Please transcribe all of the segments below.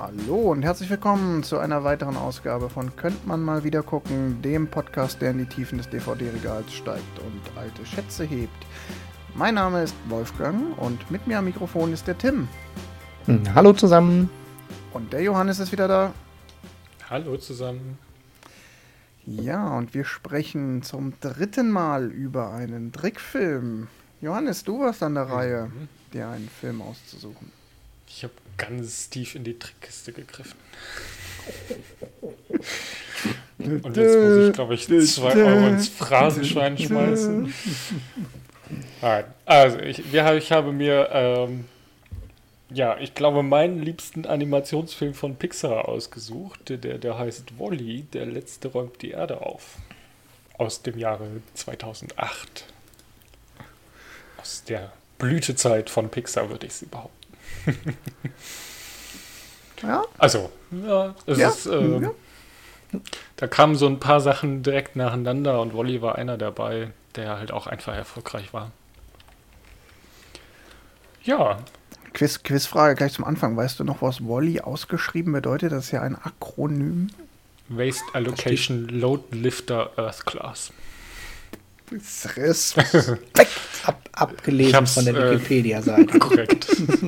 Hallo und herzlich willkommen zu einer weiteren Ausgabe von Könnt man mal wieder gucken, dem Podcast, der in die Tiefen des DVD-Regals steigt und alte Schätze hebt. Mein Name ist Wolfgang und mit mir am Mikrofon ist der Tim. Hallo zusammen. Und der Johannes ist wieder da. Hallo zusammen. Ja, und wir sprechen zum dritten Mal über einen Trickfilm. Johannes, du warst an der Reihe, dir einen Film auszusuchen. Ich habe ganz tief in die Trickkiste gegriffen. Und jetzt muss ich, glaube ich, 2 Euro ins Phrasenschwein schmeißen. Nein, also ich habe mir, ich glaube, meinen liebsten Animationsfilm von Pixar ausgesucht. Der heißt WALL-E, der letzte räumt die Erde auf. Aus dem Jahre 2008. Aus der Blütezeit von Pixar, würde ich sie behaupten. Ja? Also, ja, da kamen so ein paar Sachen direkt nacheinander und WALL-E war einer dabei, der halt auch einfach erfolgreich war. Ja. Quizfrage gleich zum Anfang. Weißt du noch, was WALL-E ausgeschrieben bedeutet? Das ist ja ein Akronym. Waste Allocation Load Lifter Earth Class. Respekt. Abgelesen von der Wikipedia-Seite. Korrekt.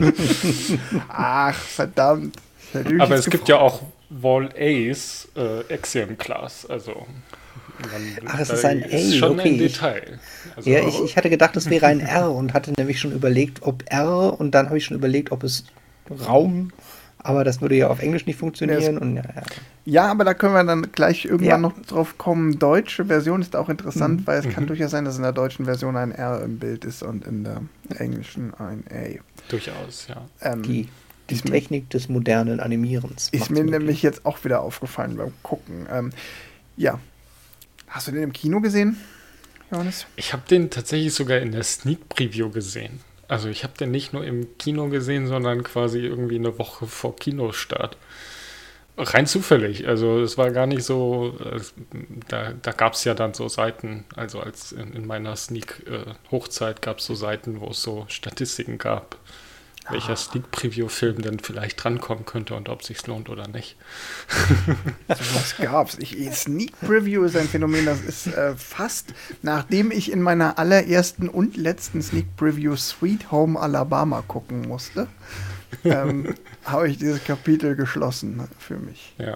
Ach, verdammt. Aber es gibt ja auch WALL-A's Axiom Class, also es ist ein A, ist schon okay. ein Detail. Also, ja, ich hatte gedacht, es wäre ein R und hatte nämlich schon überlegt, ob R, und dann habe ich schon überlegt, ob es Raum, aber das würde ja auf Englisch nicht funktionieren. Ja, aber da können wir dann gleich irgendwann noch drauf kommen. Deutsche Version ist auch interessant, weil es kann durchaus sein, dass in der deutschen Version ein R im Bild ist und in der englischen ein A. Durchaus, ja. Die Technik des modernen Animierens. Ist mir nämlich jetzt auch wieder aufgefallen beim Gucken. Ja. Hast du den im Kino gesehen, Johannes? Ich habe den tatsächlich sogar in der Sneak Preview gesehen. Also ich habe den nicht nur im Kino gesehen, sondern quasi irgendwie eine Woche vor Kinostart. Rein zufällig. Also es war gar nicht so, da gab es ja dann so Seiten, also als in meiner Sneak-Hochzeit gab es so Seiten, wo es so Statistiken gab, welcher Sneak-Preview-Film denn vielleicht drankommen könnte und ob es sich lohnt oder nicht. Was gab's? Sneak-Preview ist ein Phänomen, das ist fast, nachdem ich in meiner allerersten und letzten Sneak-Preview Sweet Home Alabama gucken musste, habe ich dieses Kapitel geschlossen für mich. Ja.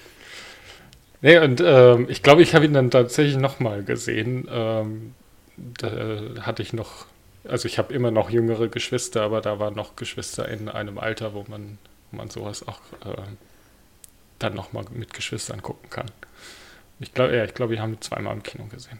Nee, und ich glaube, ich habe ihn dann tatsächlich nochmal gesehen. Da hatte ich noch. Also ich habe immer noch jüngere Geschwister, aber da waren noch Geschwister in einem Alter, wo man sowas auch dann nochmal mit Geschwistern gucken kann. Ich glaube, wir haben ihn zweimal im Kino gesehen.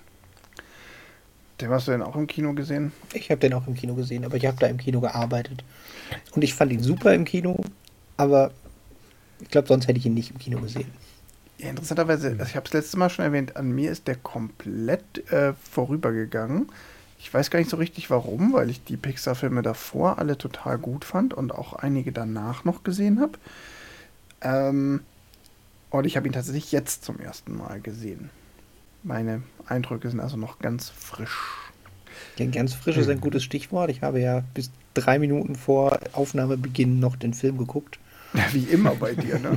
Den hast du denn auch im Kino gesehen? Ich habe den auch im Kino gesehen, aber ich habe da im Kino gearbeitet. Und ich fand ihn super im Kino, aber ich glaube, sonst hätte ich ihn nicht im Kino gesehen. Ja, interessanterweise, also ich habe es letztes Mal schon erwähnt, an mir ist der komplett vorübergegangen. Ich weiß gar nicht so richtig warum, weil ich die Pixar-Filme davor alle total gut fand und auch einige danach noch gesehen habe. Und ich habe ihn tatsächlich jetzt zum ersten Mal gesehen. Meine Eindrücke sind also noch ganz frisch. Ja, ganz frisch ist ein gutes Stichwort. Ich habe ja bis 3 Minuten vor Aufnahmebeginn noch den Film geguckt. Ja, wie immer bei dir, ne?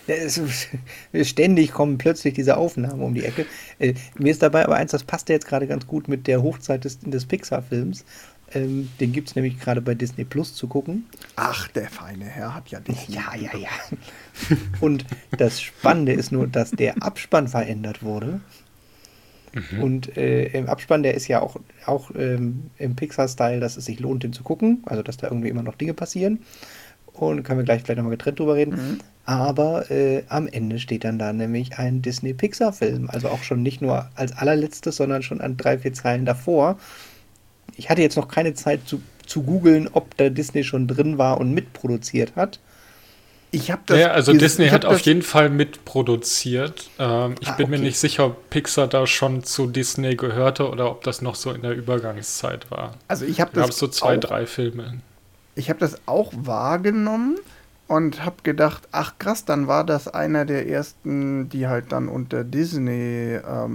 Ständig kommen plötzlich diese Aufnahmen um die Ecke. Mir ist dabei aber eins, das passt ja jetzt gerade ganz gut mit der Hochzeit des Pixar-Films. Den gibt es nämlich gerade bei Disney Plus zu gucken. Ach, der feine Herr hat ja Disney. Ja. Und das Spannende ist nur, dass der Abspann verändert wurde. Und im Abspann, der ist ja auch im Pixar-Style, dass es sich lohnt, den zu gucken. Also, dass da irgendwie immer noch Dinge passieren. Und können wir gleich vielleicht nochmal getrennt drüber reden. Aber am Ende steht dann da nämlich ein Disney-Pixar-Film. Also auch schon nicht nur als allerletztes, sondern schon an 3, 4 Zeilen davor. Ich hatte jetzt noch keine Zeit zu googeln, ob da Disney schon drin war und mitproduziert hat. Disney hat auf jeden Fall mitproduziert. Ich bin mir nicht sicher, ob Pixar da schon zu Disney gehörte oder ob das noch so in der Übergangszeit war. Also ich habe so 2, 3 Filme. Ich habe das auch wahrgenommen und habe gedacht, ach krass, dann war das einer der ersten, die halt dann unter Disney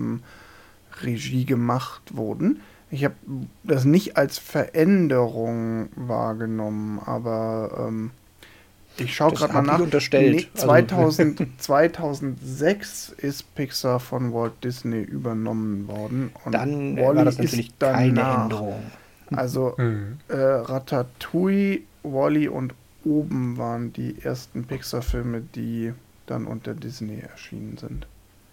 Regie gemacht wurden. Ich habe das nicht als Veränderung wahrgenommen, aber Ich schaue Das gerade mal hab ich nach. unterstellt. Nee, 2006 ist Pixar von Walt Disney übernommen worden. Und Dann Wall-E war das ist natürlich keine danach. Änderung. Also Ratatouille, Wall-E und Oben waren die ersten Pixar-Filme, die dann unter Disney erschienen sind.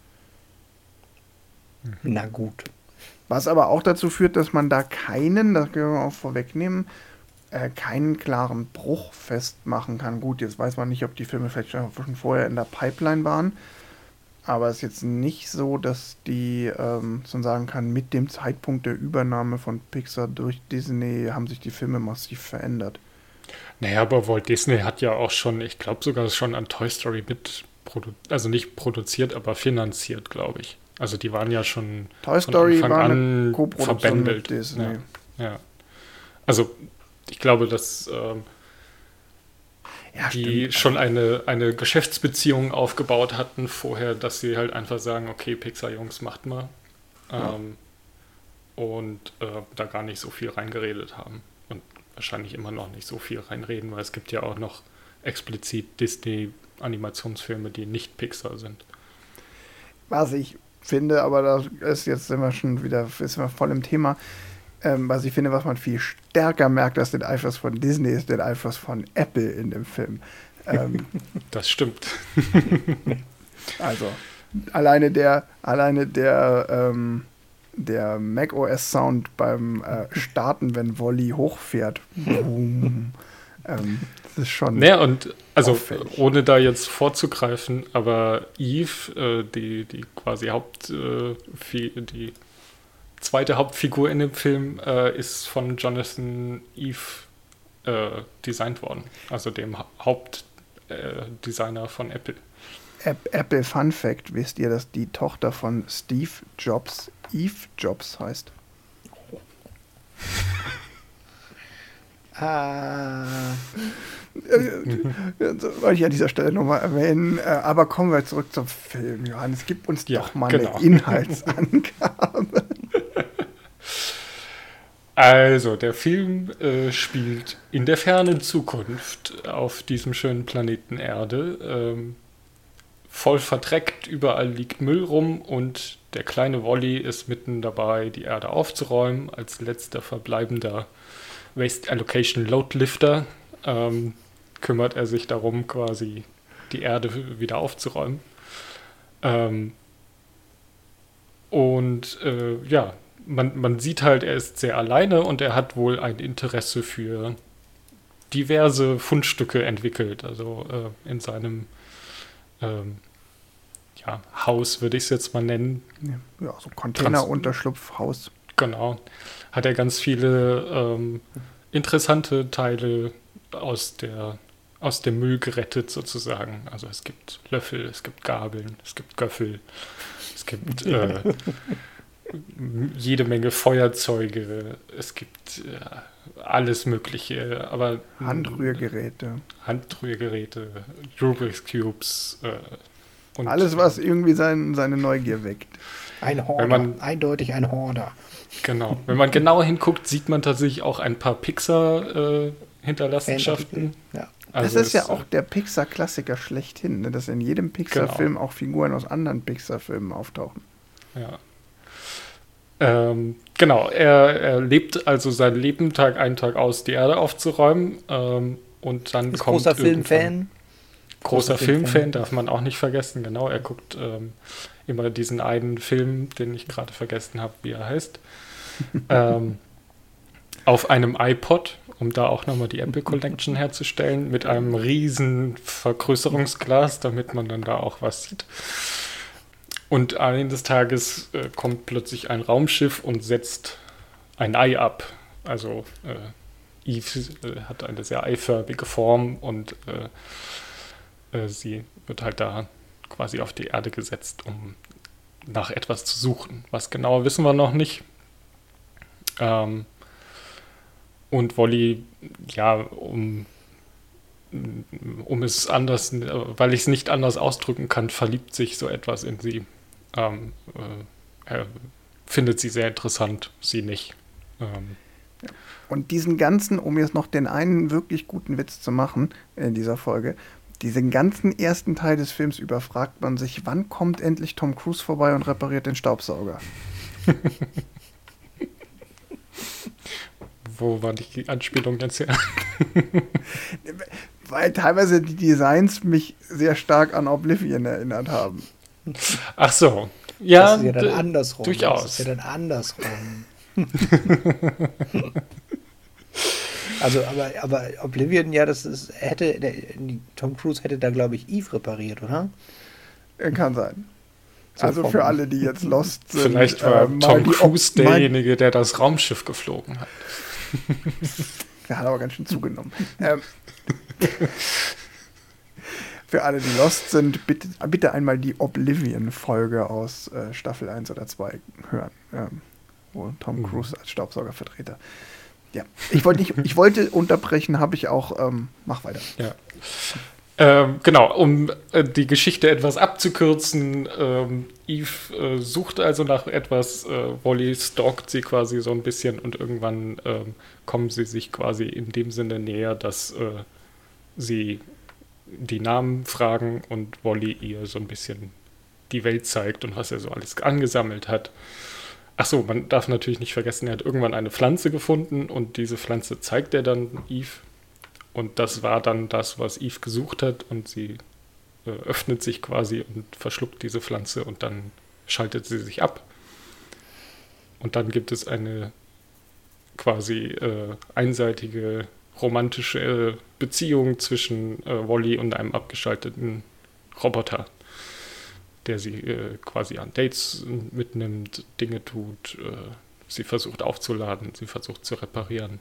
Na gut. Was aber auch dazu führt, dass man da keinen, das können wir auch vorwegnehmen, keinen klaren Bruch festmachen kann. Gut, jetzt weiß man nicht, ob die Filme vielleicht schon vorher in der Pipeline waren, aber es ist jetzt nicht so, dass die, so sagen kann, mit dem Zeitpunkt der Übernahme von Pixar durch Disney haben sich die Filme massiv verändert. Naja, aber Walt Disney hat ja auch schon, ich glaube sogar schon an Toy Story also nicht produziert, aber finanziert, glaube ich. Also die waren ja schon Toy Story von Anfang war an eine Koproduktion verbändelt. mit Disney. Ja. Also ich glaube, dass Ja, die stimmt. schon eine Geschäftsbeziehung aufgebaut hatten vorher, dass sie halt einfach sagen, okay, Pixar-Jungs, macht mal. Ja. Und da gar nicht so viel reingeredet haben. Und wahrscheinlich immer noch nicht so viel reinreden, weil es gibt ja auch noch explizit Disney-Animationsfilme, die nicht Pixar sind. Was ich finde, aber da ist jetzt sind wir schon wieder, ist wir voll im Thema. Was ich finde, was man viel stärker merkt als den Einfluss von Disney, ist den Einfluss von Apple in dem Film. Das stimmt. Also alleine der macOS-Sound beim Starten, wenn Wall-E hochfährt. Boom. Das ist schon. Naja, und also auffällig. ohne da jetzt vorzugreifen, aber Eve, die quasi die zweite Hauptfigur in dem Film, ist von Jonathan Ive designt worden. Also dem Hauptdesigner von Apple. Apple Fun Fact: Wisst ihr, dass die Tochter von Steve Jobs Eve Jobs heißt? Wollte ich an dieser Stelle nochmal erwähnen. Aber kommen wir zurück zum Film. Johannes, gib uns doch mal genau. eine Inhaltsangabe. Also, der Film spielt in der fernen Zukunft auf diesem schönen Planeten Erde. Voll verdreckt, überall liegt Müll rum und der kleine Wall-E ist mitten dabei, die Erde aufzuräumen, als letzter verbleibender Waste Allocation Load Lifter. Kümmert er sich darum, quasi die Erde wieder aufzuräumen. Man sieht halt, er ist sehr alleine und er hat wohl ein Interesse für diverse Fundstücke entwickelt. Also in seinem Haus, würde ich es jetzt mal nennen. Ja, so Container-Unterschlupfhaus. Genau. Hat er ganz viele interessante Teile aus dem Müll gerettet sozusagen. Also es gibt Löffel, es gibt Gabeln, es gibt Göffel, es gibt jede Menge Feuerzeuge, es gibt alles Mögliche, aber Handrührgeräte, Rubik's Cubes und alles, was irgendwie seine Neugier weckt. Ein Horder, eindeutig ein Horder. Genau. Wenn man genau hinguckt, sieht man tatsächlich auch ein paar Pixar-Hinterlassenschaften. Ja. Also das ist ja auch der Pixar-Klassiker schlechthin, ne? Dass in jedem Pixar-Film auch Figuren aus anderen Pixar-Filmen auftauchen. Ja. Genau, er lebt also sein Leben Tag ein, Tag aus, die Erde aufzuräumen. Und dann ist kommt großer Filmfan. Großer Filmfan, darf man auch nicht vergessen. Genau, er guckt immer diesen einen Film, den ich gerade vergessen habe, wie er heißt. Auf einem iPod, um da auch nochmal die Apple Collection herzustellen, mit einem riesen Vergrößerungsglas, damit man dann da auch was sieht. Und eines Tages kommt plötzlich ein Raumschiff und setzt ein Ei ab. Also Eve hat eine sehr eiförmige Form und sie wird halt da quasi auf die Erde gesetzt, um nach etwas zu suchen. Was genau wissen wir noch nicht. Und Wall-E, ja, um es anders, weil ich es nicht anders ausdrücken kann, verliebt sich so etwas in sie. Er findet sie sehr interessant, sie nicht. Und diesen ganzen, um jetzt noch den einen wirklich guten Witz zu machen in dieser Folge, diesen ganzen ersten Teil des Films über fragt man sich, wann kommt endlich Tom Cruise vorbei und repariert den Staubsauger? Wo war die Anspielung jetzt her? Weil teilweise die Designs mich sehr stark an Oblivion erinnert haben. Ach so. Ja, das ist ja dann andersrum. Durchaus. Das ist ja dann andersrum. Also, aber Oblivion, ja, Tom Cruise hätte da, glaube ich, Eve repariert, oder? Kann sein. So also für alle, die jetzt lost sind. Vielleicht war Tom Cruise derjenige, der das Raumschiff geflogen hat. Der hat aber ganz schön zugenommen. Für alle, die lost sind, bitte einmal die Oblivion-Folge aus Staffel 1 oder 2 hören. Wo Tom Cruise als Staubsaugervertreter. Ja, ich wollte unterbrechen, habe ich auch. Mach weiter. Ja. Genau, um die Geschichte etwas abzukürzen, Eve sucht also nach etwas, Wally stalkt sie quasi so ein bisschen und irgendwann kommen sie sich quasi in dem Sinne näher, dass sie die Namen fragen und Wally ihr so ein bisschen die Welt zeigt und was er so alles angesammelt hat. Achso, man darf natürlich nicht vergessen, er hat irgendwann eine Pflanze gefunden und diese Pflanze zeigt er dann Eve. Und das war dann das, was Eve gesucht hat und sie öffnet sich quasi und verschluckt diese Pflanze und dann schaltet sie sich ab. Und dann gibt es eine quasi einseitige romantische Beziehung zwischen Wally und einem abgeschalteten Roboter, der sie quasi an Dates mitnimmt, Dinge tut, sie versucht aufzuladen, sie versucht zu reparieren.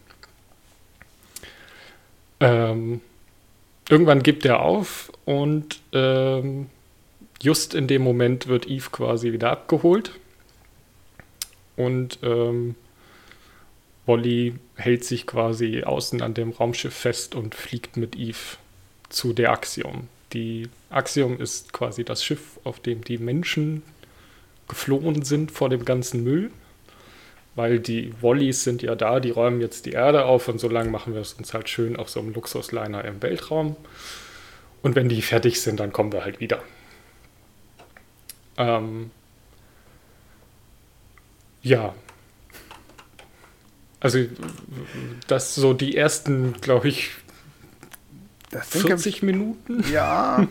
Irgendwann gibt er auf und just in dem Moment wird Eve quasi wieder abgeholt und Wally hält sich quasi außen an dem Raumschiff fest und fliegt mit Eve zu der Axiom. Die Axiom ist quasi das Schiff, auf dem die Menschen geflohen sind vor dem ganzen Müll. Weil die Wallys sind ja da, die räumen jetzt die Erde auf und so lange machen wir es uns halt schön auf so einem Luxusliner im Weltraum. Und wenn die fertig sind, dann kommen wir halt wieder. Ja. Also, das so die ersten, glaube ich, 40 Minuten. Ja.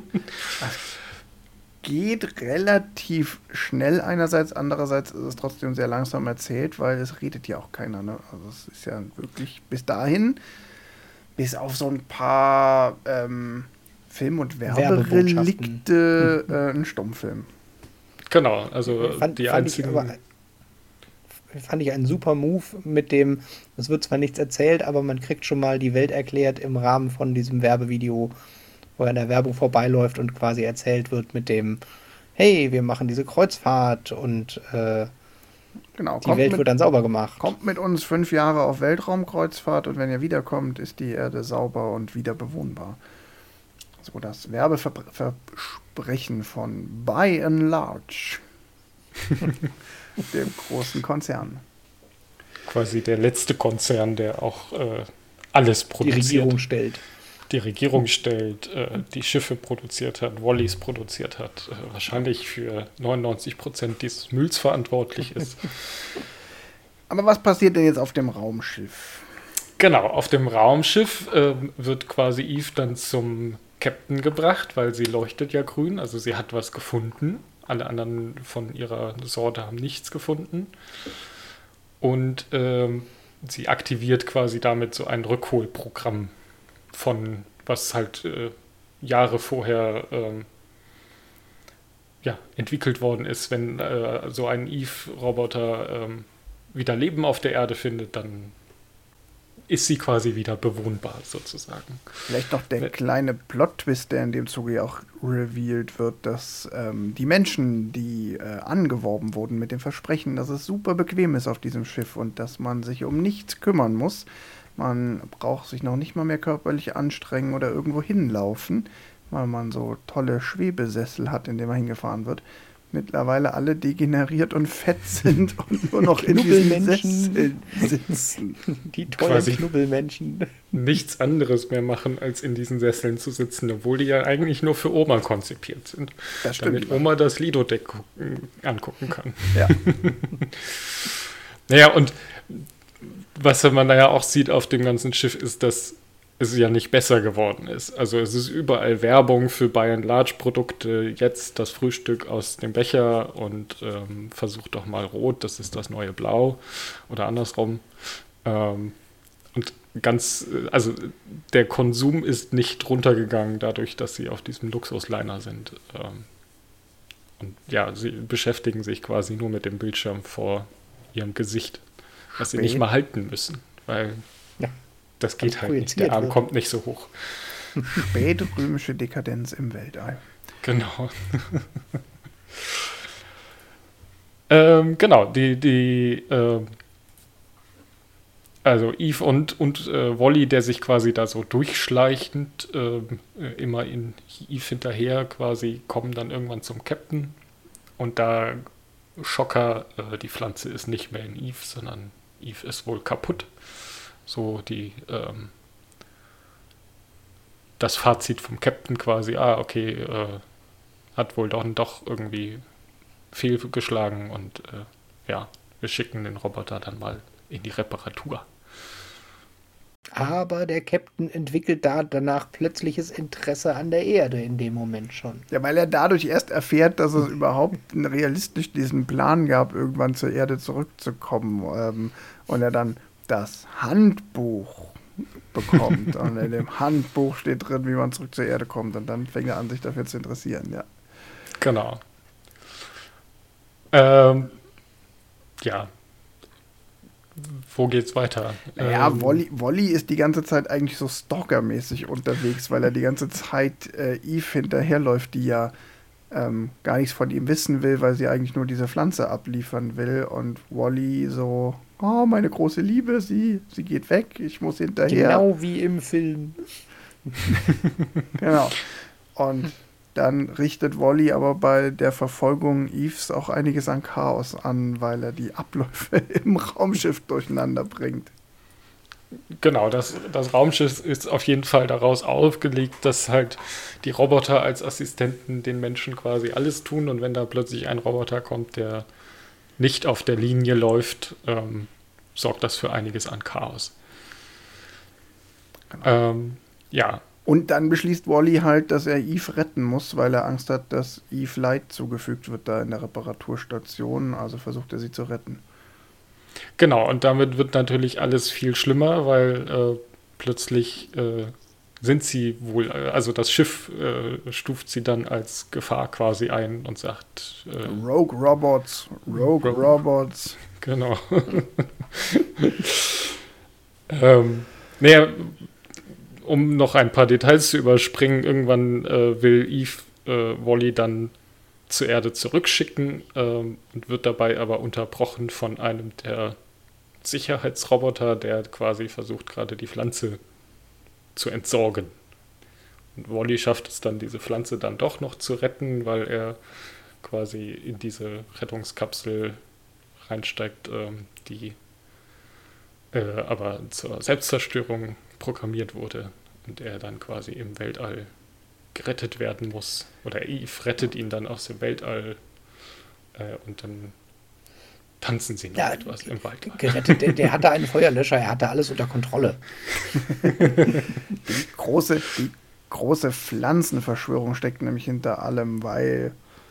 Geht relativ schnell einerseits, andererseits ist es trotzdem sehr langsam erzählt, weil es redet ja auch keiner. Ne? Also es ist ja wirklich bis dahin, bis auf so ein paar Film- und Werberelikte ein Stummfilm. Genau, also die einzigen... Fand ich einen super Move mit dem, es wird zwar nichts erzählt, aber man kriegt schon mal die Welt erklärt im Rahmen von diesem Werbevideo, wo er an der Werbung vorbeiläuft und quasi erzählt wird mit dem, hey, wir machen diese Kreuzfahrt und genau, die Welt wird dann sauber gemacht. Kommt mit uns 5 Jahre auf Weltraumkreuzfahrt und wenn ihr wiederkommt, ist die Erde sauber und wieder bewohnbar. So das Werbeversprechen von By and Large, dem großen Konzern. Quasi der letzte Konzern, der auch alles produziert. Die Regierung stellt. Die Regierung stellt, die Schiffe produziert hat, Wallys produziert hat, wahrscheinlich für 99% dieses Mülls verantwortlich ist. Aber was passiert denn jetzt auf dem Raumschiff? Genau, auf dem Raumschiff wird quasi Eve dann zum Captain gebracht, weil sie leuchtet ja grün, also sie hat was gefunden. Alle anderen von ihrer Sorte haben nichts gefunden. Und sie aktiviert quasi damit so ein Rückholprogramm von was halt Jahre vorher entwickelt worden ist. Wenn so ein Eve-Roboter wieder Leben auf der Erde findet, dann ist sie quasi wieder bewohnbar sozusagen. Vielleicht noch der kleine Plot-Twist, der in dem Zuge ja auch revealed wird, dass die Menschen, die angeworben wurden mit dem Versprechen, dass es super bequem ist auf diesem Schiff und dass man sich um nichts kümmern muss, man braucht sich noch nicht mal mehr körperlich anstrengen oder irgendwo hinlaufen, weil man so tolle Schwebesessel hat, in dem man hingefahren wird. mittlerweile alle degeneriert und fett sind und nur noch in diesen Sesseln sitzen. Die tollen Knubbelmenschen. Nichts anderes mehr machen, als in diesen Sesseln zu sitzen, obwohl die ja eigentlich nur für Oma konzipiert sind. Das stimmt, damit Oma das Lido-Deck angucken kann. Ja. Naja, und was man da ja auch sieht auf dem ganzen Schiff ist, dass es ja nicht besser geworden ist. Also es ist überall Werbung für By&Large-Produkte. Jetzt das Frühstück aus dem Becher und versucht doch mal Rot, das ist das neue Blau oder andersrum. Und also der Konsum ist nicht runtergegangen dadurch, dass sie auf diesem Luxusliner sind. Und ja, sie beschäftigen sich quasi nur mit dem Bildschirm vor ihrem Gesicht, was sie nicht mal halten müssen, weil das geht halt nicht. Der Arm kommt nicht so hoch. Spätrömische Dekadenz im Weltall. Genau. Genau, also Eve und Wally, der sich quasi da so durchschleichend immer in Eve hinterher quasi, kommen dann irgendwann zum Captain und da Schocker, die Pflanze ist nicht mehr in Eve, sondern Eve ist wohl kaputt. So das Fazit vom Captain quasi, okay, hat wohl doch irgendwie fehlgeschlagen und wir schicken den Roboter dann mal in die Reparatur. Aber der Captain entwickelt danach plötzliches Interesse an der Erde in dem Moment schon. Ja, weil er dadurch erst erfährt, dass es überhaupt realistisch diesen Plan gab, irgendwann zur Erde zurückzukommen. Und er dann das Handbuch bekommt. Und in dem Handbuch steht drin, wie man zurück zur Erde kommt. Und dann fängt er an, sich dafür zu interessieren, ja. Genau. Ja. Wo geht's weiter? Naja, Wally ist die ganze Zeit eigentlich so stalkermäßig unterwegs, weil er die ganze Zeit Eve hinterherläuft, die ja gar nichts von ihm wissen will, weil sie eigentlich nur diese Pflanze abliefern will. Und Wally so, oh, meine große Liebe, sie geht weg, ich muss hinterher. Genau wie im Film. Genau. Und dann richtet Wally aber bei der Verfolgung Eves auch einiges an Chaos an, weil er die Abläufe im Raumschiff durcheinander bringt. Genau, das Raumschiff ist auf jeden Fall daraus aufgelegt, dass halt die Roboter als Assistenten den Menschen quasi alles tun und wenn da plötzlich ein Roboter kommt, der nicht auf der Linie läuft, sorgt das für einiges an Chaos. Genau. Ja. Und dann beschließt Wally halt, dass er Eve retten muss, weil er Angst hat, dass Eve Leid zugefügt wird da in der Reparaturstation. Also versucht er sie zu retten. Genau, und damit wird natürlich alles viel schlimmer, weil plötzlich sind sie wohl, also das Schiff stuft sie dann als Gefahr quasi ein und sagt Rogue Robots. Genau. Naja, um noch ein paar Details zu überspringen, irgendwann will Eve Wally dann zur Erde zurückschicken und wird dabei aber unterbrochen von einem der Sicherheitsroboter, der quasi versucht, gerade die Pflanze zu entsorgen. Und Wally schafft es dann, diese Pflanze dann doch noch zu retten, weil er quasi in diese Rettungskapsel reinsteigt, die aber zur Selbstzerstörung programmiert wurde und er dann quasi im Weltall gerettet werden muss. Oder Eve rettet ihn dann aus dem Weltall und dann tanzen sie noch etwas im Wald. Gerettet, der hatte einen Feuerlöscher, er hatte alles unter Kontrolle. Die große Pflanzenverschwörung steckt nämlich hinter allem, weil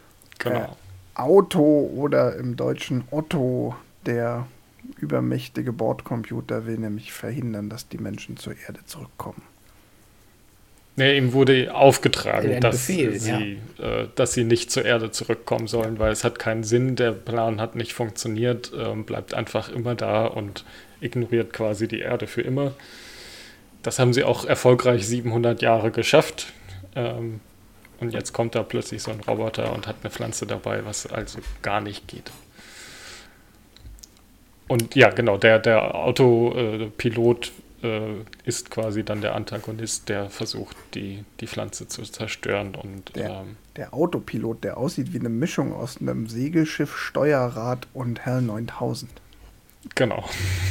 Auto oder im Deutschen Otto, der übermächtige Bordcomputer, will nämlich verhindern, dass die Menschen zur Erde zurückkommen. Nee, ihm wurde aufgetragen, dass Befehl, dass sie nicht zur Erde zurückkommen sollen, weil es hat keinen Sinn, der Plan hat nicht funktioniert, bleibt einfach immer da und ignoriert quasi die Erde für immer. Das haben sie auch erfolgreich 700 Jahre geschafft. Und jetzt kommt da plötzlich so ein Roboter und hat eine Pflanze dabei, was also gar nicht geht. Und ja, genau, der Autopilot ist quasi dann der Antagonist, der versucht, die Pflanze zu zerstören. Und der Autopilot, der aussieht wie eine Mischung aus einem Segelschiff, Steuerrad und HAL 9000. Genau.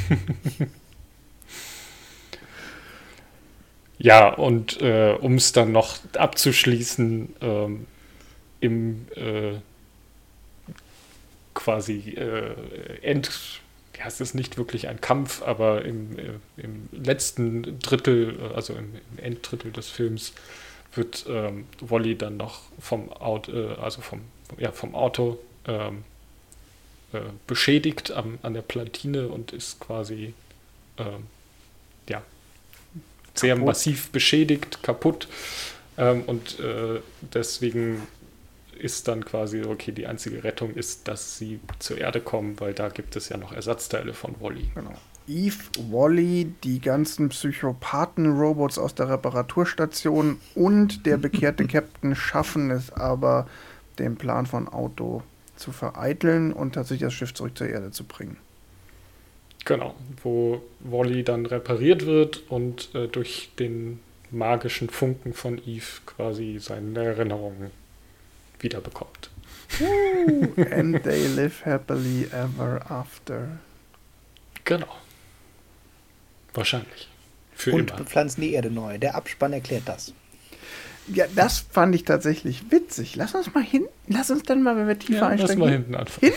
Ja, und um es dann noch abzuschließen, quasi ja, es ist nicht wirklich ein Kampf, aber im letzten Drittel, also im Enddrittel des Films, wird Wally dann noch vom Auto beschädigt an der Platine und ist quasi sehr kaputt. Massiv beschädigt, kaputt. Und deswegen ist dann quasi, okay, die einzige Rettung ist, dass sie zur Erde kommen, weil da gibt es ja noch Ersatzteile von Wally. Genau. Eve, Wally, die ganzen Psychopathen-Robots aus der Reparaturstation und der bekehrte Captain schaffen es aber, den Plan von Auto zu vereiteln und tatsächlich das Schiff zurück zur Erde zu bringen. Genau, wo Wally dann repariert wird und durch den magischen Funken von Eve quasi seine Erinnerungen wiederbekommt. And they live happily ever after. Genau. Wahrscheinlich. Für und immer. bepflanzen die Erde neu. Der Abspann erklärt das. Ja, das fand ich tatsächlich witzig. Lass uns dann mal, wenn wir tiefer einsteigen, lass mal hinten anfangen.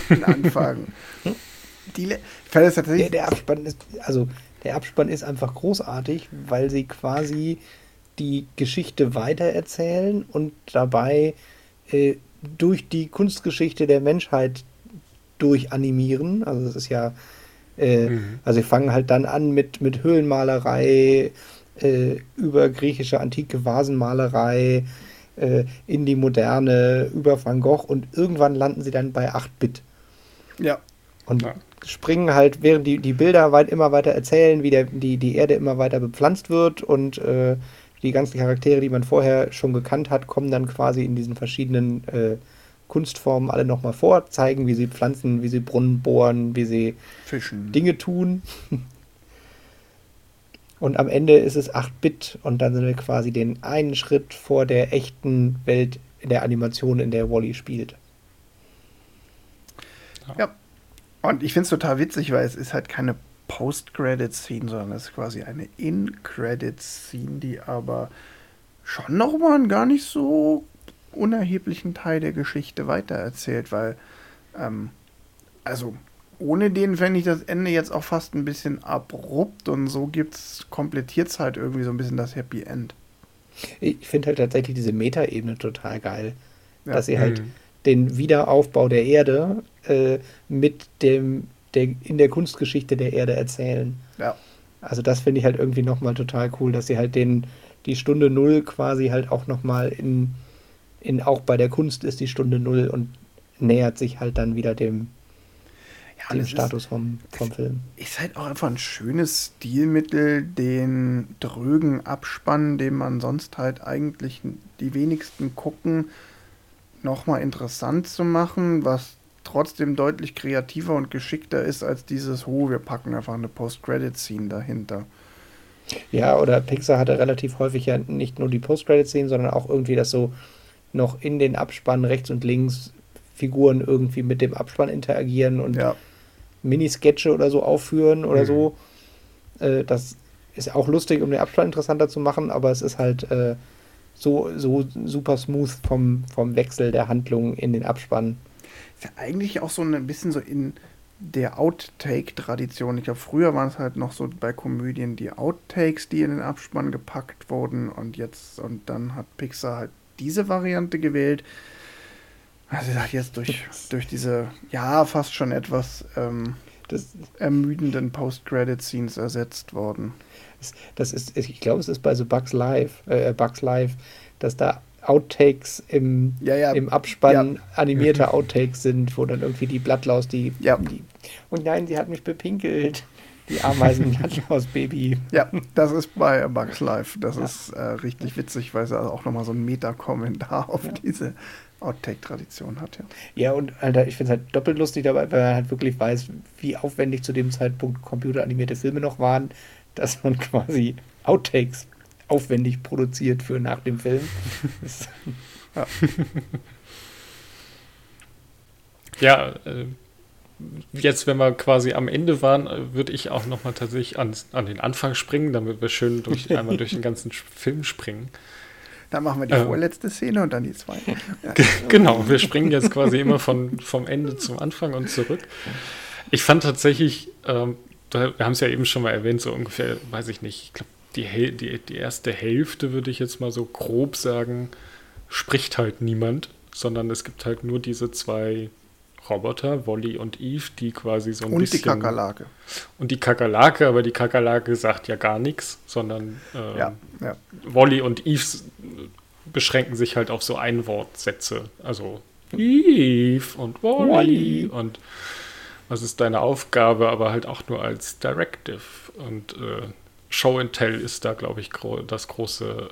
Ich fand das tatsächlich Der Abspann ist einfach großartig, weil sie quasi die Geschichte weitererzählen und dabei durch die Kunstgeschichte der Menschheit durchanimieren. Also das ist ja, also sie fangen halt dann an mit Höhlenmalerei, über griechische antike Vasenmalerei, in die Moderne, über Van Gogh und irgendwann landen sie dann bei 8-Bit. Ja. Und springen halt, während die Bilder immer weiter erzählen, wie die Erde immer weiter bepflanzt wird und die ganzen Charaktere, die man vorher schon gekannt hat, kommen dann quasi in diesen verschiedenen Kunstformen alle nochmal vor, zeigen, wie sie pflanzen, wie sie Brunnen bohren, wie sie Fischen. Dinge tun. Und am Ende ist es 8-Bit und dann sind wir quasi den einen Schritt vor der echten Welt in der Animation, in der Wally spielt. Ja. Und ich finde es total witzig, weil es ist halt keine Post-Credit-Scene, sondern es ist quasi eine In-Credit-Scene, die aber schon nochmal einen gar nicht so unerheblichen Teil der Geschichte weitererzählt, weil also ohne den fände ich das Ende jetzt auch fast ein bisschen abrupt und so komplettiert es halt irgendwie so ein bisschen das Happy End. Ich finde halt tatsächlich diese Meta-Ebene total geil, Ja. dass sie halt den Wiederaufbau der Erde mit in der Kunstgeschichte der Erde erzählen. Ja. Also das finde ich halt irgendwie nochmal total cool, dass sie halt die Stunde Null quasi halt auch nochmal auch bei der Kunst ist die Stunde Null und nähert sich halt dann wieder dem Status vom Film. Ist halt auch einfach ein schönes Stilmittel, den drögen Abspann, den man sonst halt eigentlich die wenigsten gucken, nochmal interessant zu machen, was trotzdem deutlich kreativer und geschickter ist als dieses, wir packen einfach eine Post-Credit-Scene dahinter. Ja, oder Pixar hatte relativ häufig ja nicht nur die Post-Credit-Szenen, sondern auch irgendwie das so noch in den Abspann rechts und links Figuren irgendwie mit dem Abspann interagieren und Mini-Sketche oder so aufführen oder so. Das ist auch lustig, um den Abspann interessanter zu machen, aber es ist halt so super smooth vom Wechsel der Handlung in den Abspann. Ist ja eigentlich auch so ein bisschen so in der Outtake-Tradition. Ich glaube, früher waren es halt noch so bei Komödien die Outtakes, die in den Abspann gepackt wurden und dann hat Pixar halt diese Variante gewählt. Also ist halt jetzt durch diese, fast schon etwas ermüdenden Post-Credit-Scenes ersetzt worden. Ich glaube, es ist bei so Bugs Life, dass da Outtakes im Abspann animierte Outtakes sind, wo dann irgendwie die Blattlaus, und nein, sie hat mich bepinkelt. Die Ameisen-Blattlaus-Baby. Ja, das ist bei Bugs Life. Das ist richtig witzig, weil sie also auch nochmal so einen Meta-Kommentar auf diese Outtake-Tradition hat. Ja, und Alter, ich finde es halt doppelt lustig dabei, weil man halt wirklich weiß, wie aufwendig zu dem Zeitpunkt computeranimierte Filme noch waren, dass man quasi Outtakes aufwendig produziert für nach dem Film. Ja. Ja, jetzt, wenn wir quasi am Ende waren, würde ich auch nochmal tatsächlich an den Anfang springen, damit wir schön einmal durch den ganzen Film springen. Dann machen wir die vorletzte Szene und dann die zweite. Ja. Genau, wir springen jetzt quasi immer vom Ende zum Anfang und zurück. Ich fand tatsächlich, wir haben es ja eben schon mal erwähnt, so ungefähr, weiß ich nicht, ich glaube, die erste Hälfte, würde ich jetzt mal so grob sagen, spricht halt niemand, sondern es gibt halt nur diese zwei Roboter, Wall-E und Eve, die quasi so ein bisschen... Und die Kakerlake. Und die Kakerlake, aber die Kakerlake sagt ja gar nichts, sondern ja. Wall-E und Eve beschränken sich halt auf so Einwortsätze. Also Eve und Wall-E und was ist deine Aufgabe, aber halt auch nur als Directive. Und Show and Tell ist da, glaube ich, das große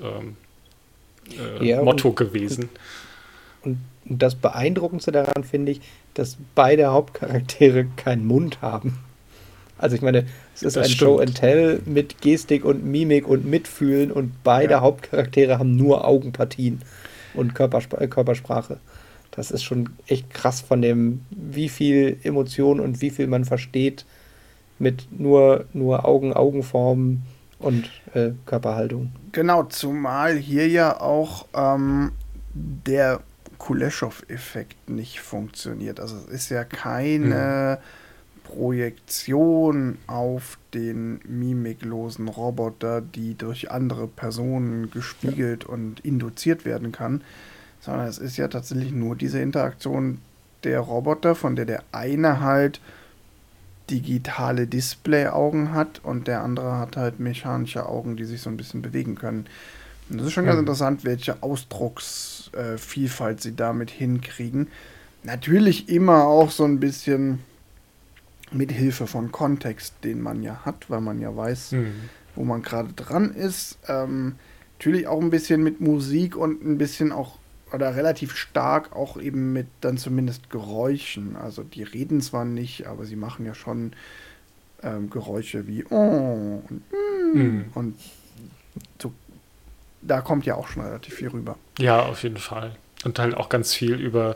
Motto gewesen. Und das Beeindruckendste daran finde ich, dass beide Hauptcharaktere keinen Mund haben. Also ich meine, es ist ein Show and Tell mit Gestik und Mimik und Mitfühlen und beide Hauptcharaktere haben nur Augenpartien und Körpersprache. Das ist schon echt krass von dem, wie viel Emotion und wie viel man versteht mit nur Augenformen und Körperhaltung. Genau, zumal hier ja auch der Kuleshov-Effekt nicht funktioniert. Also es ist ja keine Projektion auf den mimiklosen Roboter, die durch andere Personen gespiegelt und induziert werden kann, sondern es ist ja tatsächlich nur diese Interaktion der Roboter, von der eine halt digitale Display-Augen hat und der andere hat halt mechanische Augen, die sich so ein bisschen bewegen können. Und das ist schon ganz interessant, welche Ausdrucksvielfalt sie damit hinkriegen. Natürlich immer auch so ein bisschen mit Hilfe von Kontext, den man ja hat, weil man ja weiß, wo man gerade dran ist. Natürlich auch ein bisschen mit Musik und ein bisschen auch, oder relativ stark auch eben mit dann zumindest Geräuschen. Also die reden zwar nicht, aber sie machen ja schon Geräusche wie oh und so. Da kommt ja auch schon relativ viel rüber. Ja, auf jeden Fall. Und halt auch ganz viel über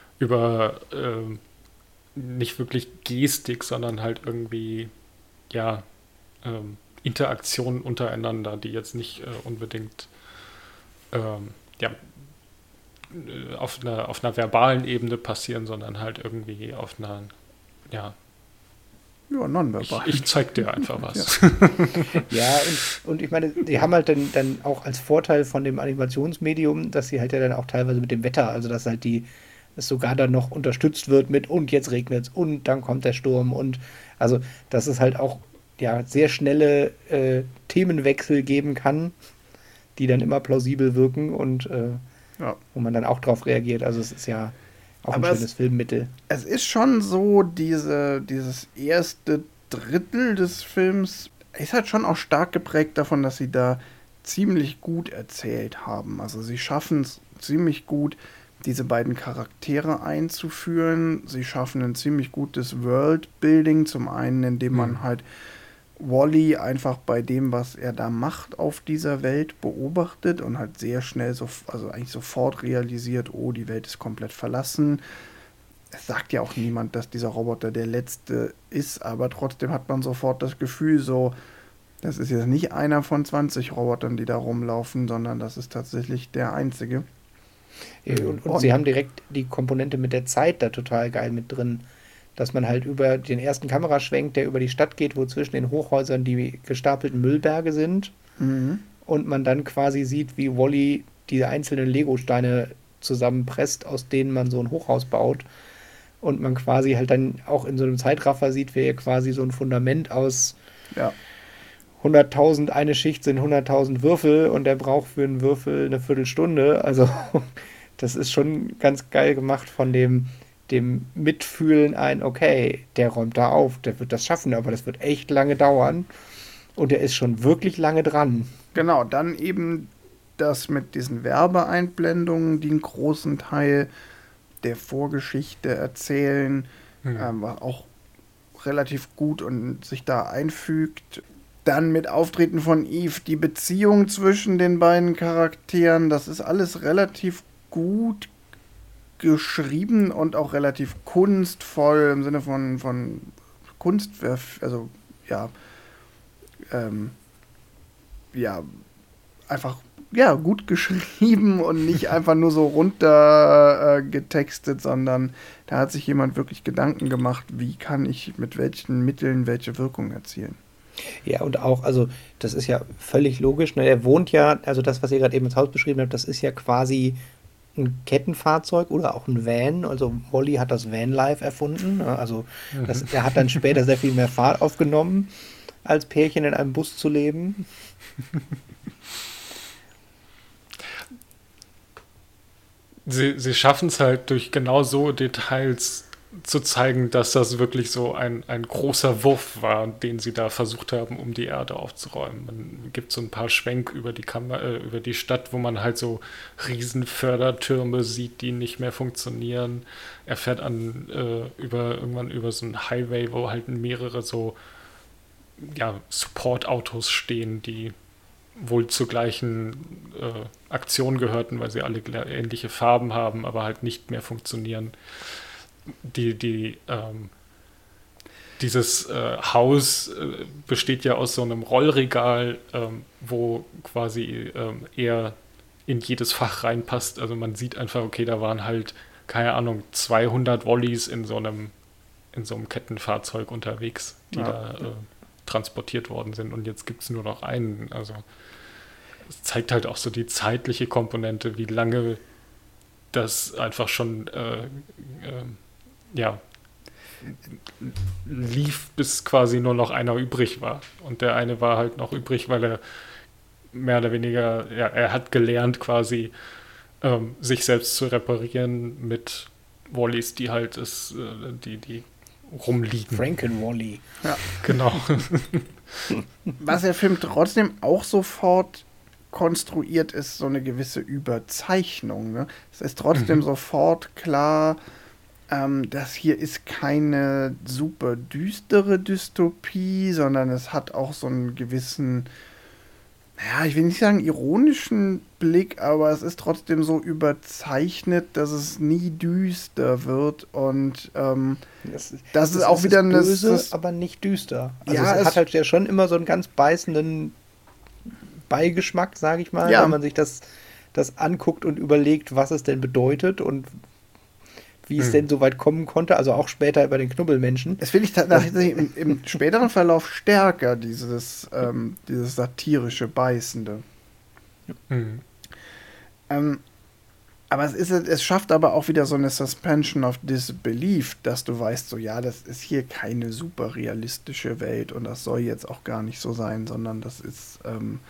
nicht wirklich Gestik, sondern halt irgendwie, ja, Interaktionen untereinander, die jetzt nicht unbedingt auf einer verbalen Ebene passieren, sondern halt irgendwie auf einer, ja, nonverbal. Ich zeig dir einfach was. Ja, und ich meine, die haben halt dann auch als Vorteil von dem Animationsmedium, dass sie halt ja dann auch teilweise mit dem Wetter, also dass halt es sogar dann noch unterstützt wird mit und jetzt regnet es und dann kommt der Sturm und also, dass es halt auch sehr schnelle Themenwechsel geben kann, die dann immer plausibel wirken und wo man dann auch drauf reagiert. Also es ist ja auch ein schönes Filmmittel. Es ist schon so, dieses erste Drittel des Films ist halt schon auch stark geprägt davon, dass sie da ziemlich gut erzählt haben. Also sie schaffen es ziemlich gut, diese beiden Charaktere einzuführen. Sie schaffen ein ziemlich gutes Worldbuilding. Zum einen, indem man halt Wall-E einfach bei dem, was er da macht auf dieser Welt beobachtet und halt sehr schnell, also eigentlich sofort realisiert, oh, die Welt ist komplett verlassen. Es sagt ja auch niemand, dass dieser Roboter der letzte ist, aber trotzdem hat man sofort das Gefühl, so, das ist jetzt nicht einer von 20 Robotern, die da rumlaufen, sondern das ist tatsächlich der einzige. Und sie haben direkt die Komponente mit der Zeit da total geil mit drin. Dass man halt über den ersten Kameraschwenk, der über die Stadt geht, wo zwischen den Hochhäusern die gestapelten Müllberge sind. Und man dann quasi sieht, wie Wall-E diese einzelnen Lego-Steine zusammenpresst, aus denen man so ein Hochhaus baut. Und man quasi halt dann auch in so einem Zeitraffer sieht, wie er quasi so ein Fundament aus 100.000, eine Schicht sind 100.000 Würfel und der braucht für einen Würfel eine Viertelstunde. Also das ist schon ganz geil gemacht von dem Mitfühlen okay, der räumt da auf, der wird das schaffen, aber das wird echt lange dauern und der ist schon wirklich lange dran. Genau, dann eben das mit diesen Werbeeinblendungen, die einen großen Teil der Vorgeschichte erzählen, was auch relativ gut und sich da einfügt. Dann mit Auftreten von Eve, die Beziehung zwischen den beiden Charakteren, das ist alles relativ gut geschrieben und auch relativ kunstvoll im Sinne von Kunst, also ja, ja, einfach gut geschrieben und nicht einfach nur so runter getextet, sondern da hat sich jemand wirklich Gedanken gemacht, wie kann ich mit welchen Mitteln welche Wirkung erzielen. Ja, und auch, also das ist ja völlig logisch, ne? Er wohnt ja, also das, was ihr gerade eben ins Haus beschrieben habt, das ist ja quasi ein Kettenfahrzeug oder auch ein Van. Also Wally hat das Vanlife erfunden. Ne? Also er hat dann später sehr viel mehr Fahrt aufgenommen, als Pärchen in einem Bus zu leben. Sie schaffen es halt durch genau so Details zu zeigen, dass das wirklich so ein großer Wurf war, den sie da versucht haben, um die Erde aufzuräumen. Man gibt so ein paar Schwenk über über die Stadt, wo man halt so riesen Fördertürme sieht, die nicht mehr funktionieren. Er fährt irgendwann über so einen Highway, wo halt mehrere so Support-Autos stehen, die wohl zur gleichen Aktion gehörten, weil sie alle ähnliche Farben haben, aber halt nicht mehr funktionieren. Dieses Haus besteht ja aus so einem Rollregal, wo quasi er in jedes Fach reinpasst. Also man sieht einfach, okay, da waren halt, keine Ahnung, 200 Wollys in so einem Kettenfahrzeug unterwegs, die da transportiert worden sind. Und jetzt gibt es nur noch einen. Also es zeigt halt auch so die zeitliche Komponente, wie lange das einfach schon lief, bis quasi nur noch einer übrig war. Und der eine war halt noch übrig, weil er mehr oder weniger, er hat gelernt quasi, sich selbst zu reparieren mit Wallys, die halt die rumliegen. Franken-Wally. Ja, genau. Was der Film trotzdem auch sofort konstruiert, ist so eine gewisse Überzeichnung. Ne? Es ist trotzdem sofort klar, das hier ist keine super düstere Dystopie, sondern es hat auch so einen gewissen, ich will nicht sagen ironischen Blick, aber es ist trotzdem so überzeichnet, dass es nie düster wird und das ist auch wieder böse, aber nicht düster. Also es hat halt ja schon immer so einen ganz beißenden Beigeschmack, sage ich mal, wenn man sich das anguckt und überlegt, was es denn bedeutet und wie es denn so weit kommen konnte, also auch später bei den Knubbelmenschen. Das finde ich tatsächlich im späteren Verlauf stärker, dieses satirische, beißende. Aber es schafft aber auch wieder so eine Suspension of Disbelief, dass du weißt, so das ist hier keine super realistische Welt und das soll jetzt auch gar nicht so sein, sondern das ist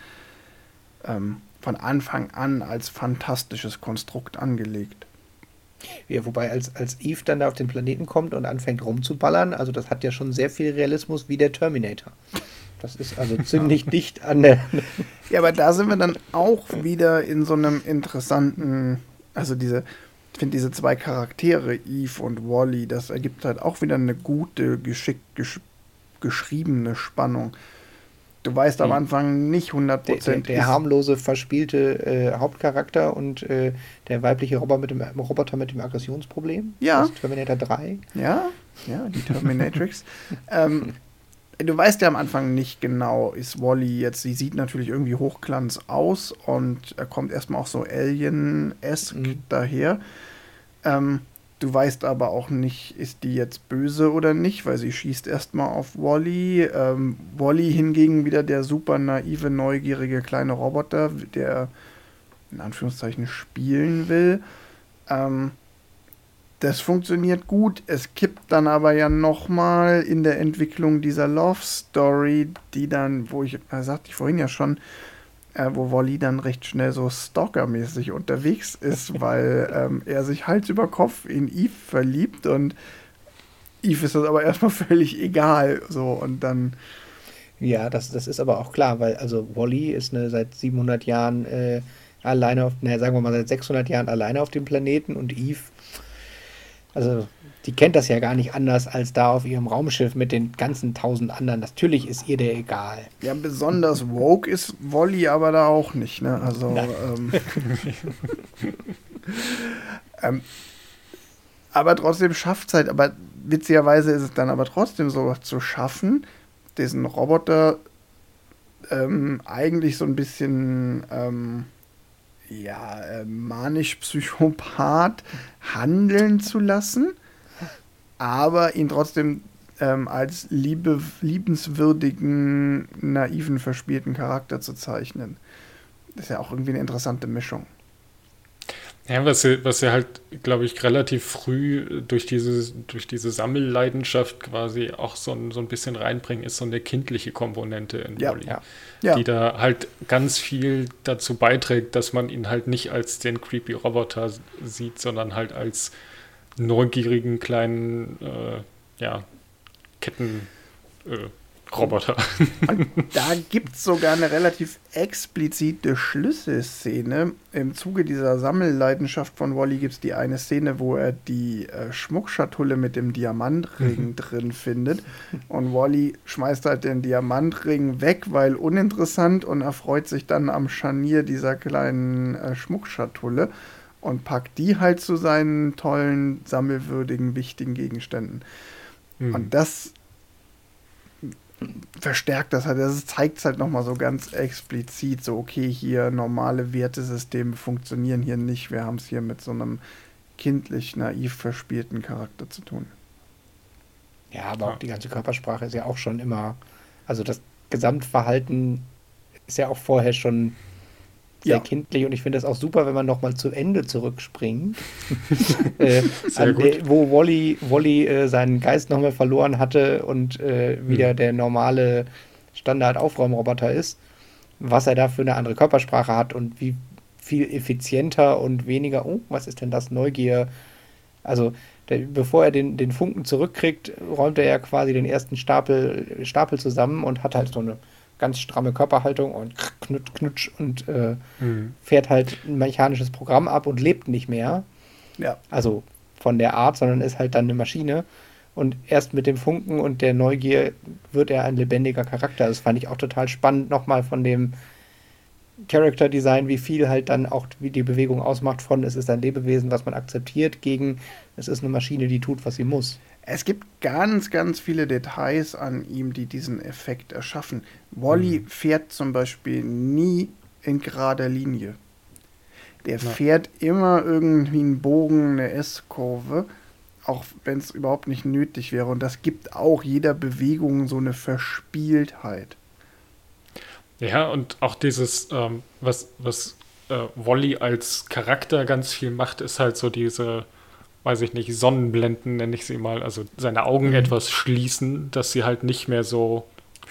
von Anfang an als fantastisches Konstrukt angelegt. Ja, wobei als Eve dann da auf den Planeten kommt und anfängt rumzuballern, also das hat ja schon sehr viel Realismus wie der Terminator. Das ist also ziemlich dicht an der... Ja, aber da sind wir dann auch wieder in so einem interessanten, also ich finde diese zwei Charaktere, Eve und Wally, das ergibt halt auch wieder eine gute, geschickt geschriebene Spannung. Du weißt am Anfang nicht 100%. Der harmlose, verspielte Hauptcharakter und der weibliche Roboter mit dem Aggressionsproblem. Ja. Das Terminator 3. Ja, die Terminatrix. Du weißt ja am Anfang nicht genau, ist Wally jetzt, sie sieht natürlich irgendwie Hochglanz aus und er kommt erstmal auch so Alien-esque daher. Du weißt aber auch nicht, ist die jetzt böse oder nicht, weil sie schießt erstmal auf Wally. Wally hingegen wieder der super naive, neugierige kleine Roboter, der in Anführungszeichen spielen will. Das funktioniert gut. Es kippt dann aber ja nochmal in der Entwicklung dieser Love Story, die dann, sagte ich vorhin ja schon, wo Wally dann recht schnell so stalkermäßig unterwegs ist, weil er sich Hals über Kopf in Eve verliebt und Eve ist das aber erstmal völlig egal. So, und dann. Ja, das ist aber auch klar, weil also Wally ist seit 700 Jahren sagen wir mal seit 600 Jahren alleine auf dem Planeten und Eve Also, die kennt das ja gar nicht anders als da auf ihrem Raumschiff mit den ganzen 1000 anderen. Natürlich ist ihr der egal. Ja, besonders woke ist Wally aber da auch nicht, ne? Also, ähm, aber trotzdem schafft es halt, aber witzigerweise ist es dann aber trotzdem so zu schaffen, diesen Roboter eigentlich so ein bisschen manisch-psychopath handeln zu lassen, aber ihn trotzdem als liebenswürdigen, naiven, verspielten Charakter zu zeichnen. Das ist ja auch irgendwie eine interessante Mischung. Ja, was sie halt, glaube ich, relativ früh durch diese Sammelleidenschaft quasi auch so ein bisschen reinbringen, ist so eine kindliche Komponente in Ja, Wall-E, ja. die da halt ganz viel dazu beiträgt, dass man ihn halt nicht als den creepy Roboter sieht, sondern halt als neugierigen kleinen Kettenroboter. Und da gibt es sogar eine relativ explizite Schlüsselszene. Im Zuge dieser Sammelleidenschaft von Wally gibt es die eine Szene, wo er die Schmuckschatulle mit dem Diamantring drin findet. Und Wally schmeißt halt den Diamantring weg, weil uninteressant, und erfreut sich dann am Scharnier dieser kleinen Schmuckschatulle und packt die halt zu seinen tollen, sammelwürdigen, wichtigen Gegenständen. Und das verstärkt das halt, das zeigt es halt nochmal so ganz explizit, so okay, hier normale Wertesysteme funktionieren hier nicht, wir haben es hier mit so einem kindlich naiv verspielten Charakter zu tun. Ja, aber auch die ganze Körpersprache ist ja auch schon immer, also das Gesamtverhalten ist ja auch vorher schon sehr kindlich, und ich finde das auch super, wenn man nochmal zu Ende zurückspringt, wo Wally seinen Geist nochmal verloren hatte und wieder der normale Standard-Aufräumroboter ist, was er da für eine andere Körpersprache hat und wie viel effizienter und weniger, was ist denn das, Neugier, also bevor er den Funken zurückkriegt, räumt er ja quasi den ersten Stapel zusammen und hat halt so eine ganz stramme Körperhaltung und knutsch und fährt halt ein mechanisches Programm ab und lebt nicht mehr. Ja. Also von der Art, sondern ist halt dann eine Maschine. Und erst mit dem Funken und der Neugier wird er ein lebendiger Charakter. Das fand ich auch total spannend, nochmal von dem Character Design, wie viel halt dann auch wie die Bewegung ausmacht von es ist ein Lebewesen, was man akzeptiert, gegen es ist eine Maschine, die tut, was sie muss. Es gibt ganz, ganz viele Details an ihm, die diesen Effekt erschaffen. Wally fährt zum Beispiel nie in gerader Linie. Der fährt immer irgendwie einen Bogen, eine S-Kurve, auch wenn es überhaupt nicht nötig wäre. Und das gibt auch jeder Bewegung so eine Verspieltheit. Ja, und auch dieses, was Wally als Charakter ganz viel macht, ist halt so diese, weiß ich nicht, Sonnenblenden nenne ich sie mal, also seine Augen etwas schließen, dass sie halt nicht mehr so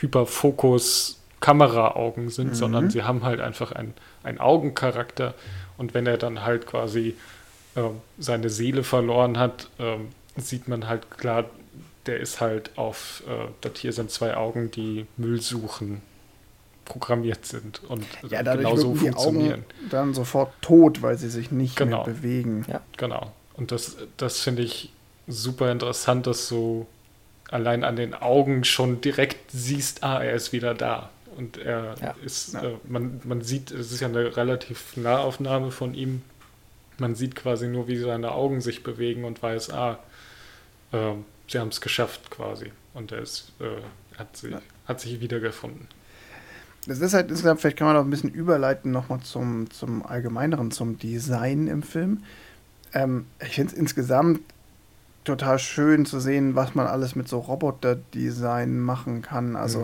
Hyperfokus-Kamera-Augen sind, sondern sie haben halt einfach einen Augencharakter, und wenn er dann halt quasi seine Seele verloren hat, sieht man halt klar, der ist halt auf, das hier sind 2 Augen, die Müll suchen, programmiert sind und genauso funktionieren. Augen dann sofort tot, weil sie sich nicht mehr bewegen. Ja. Genau. Und das finde ich super interessant, dass du allein an den Augen schon direkt siehst, er ist wieder da. Und er ist, man sieht, es ist ja eine relativ Nahaufnahme von ihm. Man sieht quasi nur, wie seine Augen sich bewegen und weiß, sie haben es geschafft quasi. Und er ist, hat sich wiedergefunden. Das ist halt insgesamt, vielleicht kann man auch ein bisschen überleiten nochmal zum Allgemeineren, zum Design im Film. Ich finde es insgesamt total schön zu sehen, was man alles mit so Roboter-Design machen kann. Also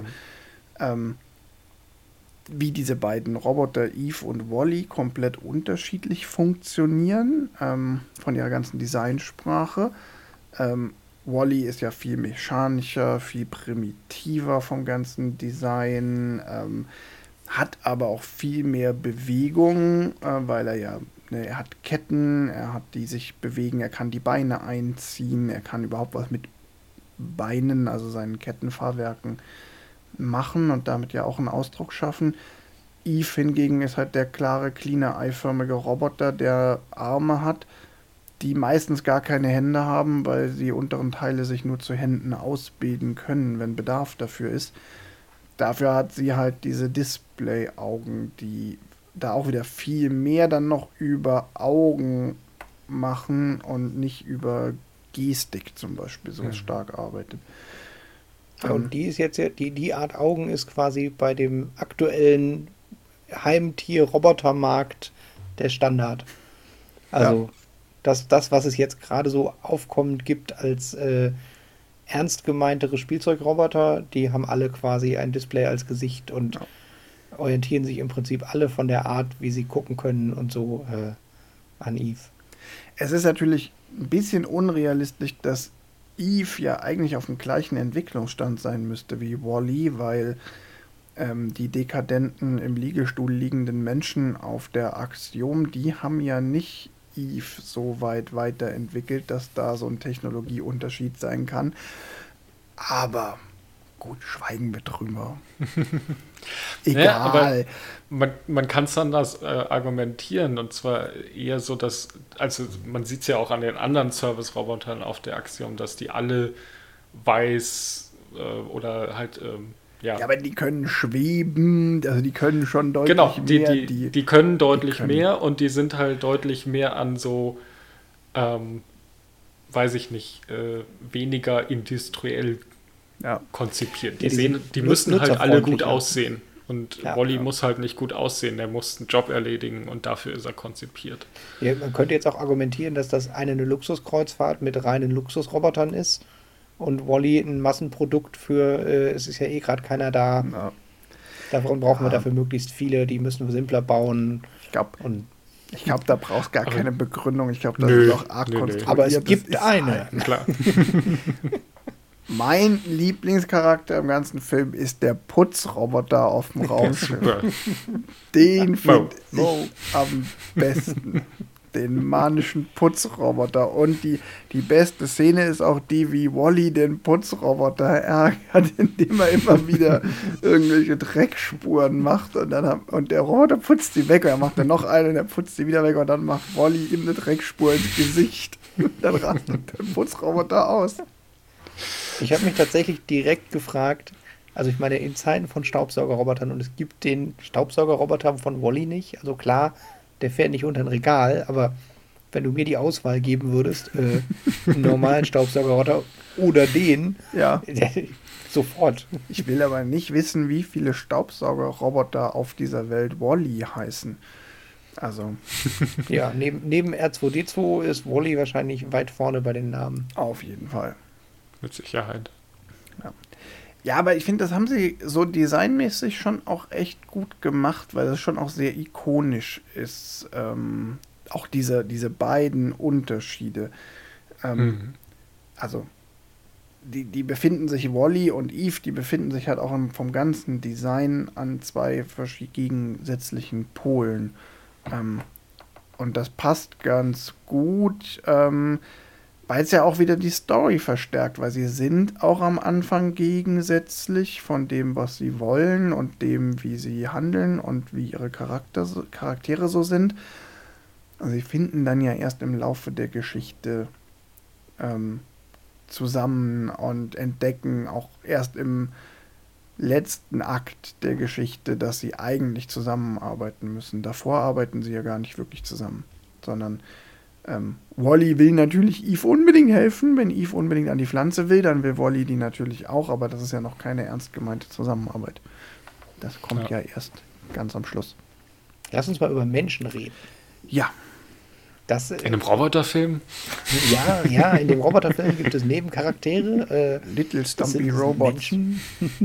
wie diese beiden Roboter Eve und Wally komplett unterschiedlich funktionieren von ihrer ganzen Designsprache. Wally ist ja viel mechanischer, viel primitiver vom ganzen Design, hat aber auch viel mehr Bewegung, weil er hat Ketten, er hat die sich bewegen, er kann die Beine einziehen, er kann überhaupt was mit Beinen, also seinen Kettenfahrwerken machen und damit ja auch einen Ausdruck schaffen. Eve hingegen ist halt der klare, cleane, eiförmige Roboter, der Arme hat, die meistens gar keine Hände haben, weil die unteren Teile sich nur zu Händen ausbilden können, wenn Bedarf dafür ist. Dafür hat sie halt diese Display-Augen, die da auch wieder viel mehr dann noch über Augen machen und nicht über Gestik zum Beispiel so stark arbeitet. Ja, und die ist jetzt die Art Augen ist quasi bei dem aktuellen Heimtier-Robotermarkt der Standard. Also das, was es jetzt gerade so aufkommend gibt als ernst gemeintere Spielzeugroboter, die haben alle quasi ein Display als Gesicht und orientieren sich im Prinzip alle von der Art, wie sie gucken können und so an Eve. Es ist natürlich ein bisschen unrealistisch, dass Eve ja eigentlich auf dem gleichen Entwicklungsstand sein müsste wie Wall-E, weil die dekadenten im Liegestuhl liegenden Menschen auf der Axiom, die haben ja nicht Eve so weit weiterentwickelt, dass da so ein Technologieunterschied sein kann. Aber gut, schweigen wir drüber. Egal. Ja, aber man kann es anders argumentieren, und zwar eher so, dass, also man sieht es ja auch an den anderen Service-Robotern auf der Axiom, dass die alle weiß oder halt ja, aber die können schweben, also die können schon deutlich mehr. Genau, die können deutlich mehr und die sind halt deutlich mehr an so, weiß ich nicht, weniger industriell konzipiert. Die müssen halt alle gut aussehen. Und Wall-E muss halt nicht gut aussehen, der muss einen Job erledigen und dafür ist er konzipiert. Ja, man könnte jetzt auch argumentieren, dass das eine Luxuskreuzfahrt mit reinen Luxusrobotern ist. Und Wall-E ein Massenprodukt für, es ist ja eh gerade keiner da. Ja. Davon brauchen wir dafür möglichst viele, die müssen wir simpler bauen. Ich glaube, da brauchst gar keine Begründung. Ich glaube, das ist auch arg konstruiert. Aber es gibt eine. Klar. Mein Lieblingscharakter im ganzen Film ist der Putzroboter auf dem Raumschiff. Den finde ich am besten. Den manischen Putzroboter. Und die beste Szene ist auch die, wie Wall-E den Putzroboter ärgert, indem er immer wieder irgendwelche Dreckspuren macht. Und der Roboter putzt die weg. Und er macht dann noch eine und er putzt die wieder weg. Und dann macht Wall-E ihm eine Dreckspur ins Gesicht. Und dann rastet der Putzroboter aus. Ich habe mich tatsächlich direkt gefragt, also ich meine, in Zeiten von Staubsaugerrobotern, und es gibt den Staubsaugerroboter von Wall-E nicht, also klar, der fährt nicht unter ein Regal, aber wenn du mir die Auswahl geben würdest, einen normalen Staubsaugerroboter oder den, sofort. Ich will aber nicht wissen, wie viele Staubsaugerroboter auf dieser Welt Wall-E heißen. Also. Ja, neben R2D2 ist Wall-E wahrscheinlich weit vorne bei den Namen. Auf jeden Fall. Mit Sicherheit. Ja, aber ich finde, das haben sie so designmäßig schon auch echt gut gemacht, weil das schon auch sehr ikonisch ist. Auch diese beiden Unterschiede. Also, die befinden sich, Wall-E und Eve, die befinden sich halt auch vom ganzen Design an zwei gegensätzlichen Polen. Und das passt ganz gut, weil es ja auch wieder die Story verstärkt, weil sie sind auch am Anfang gegensätzlich von dem, was sie wollen und dem, wie sie handeln und wie ihre Charaktere so sind. Also sie finden dann ja erst im Laufe der Geschichte zusammen und entdecken auch erst im letzten Akt der Geschichte, dass sie eigentlich zusammenarbeiten müssen. Davor arbeiten sie ja gar nicht wirklich zusammen, sondern Wall-E will natürlich Eve unbedingt helfen. Wenn Eve unbedingt an die Pflanze will, dann will Wall-E die natürlich auch, aber das ist ja noch keine ernst gemeinte Zusammenarbeit. Das kommt ja erst ganz am Schluss. Lass uns mal über Menschen reden. Ja. In einem Roboterfilm? Ja, in dem Roboterfilm gibt es Nebencharaktere. Little Stumpy Robots. Menschen.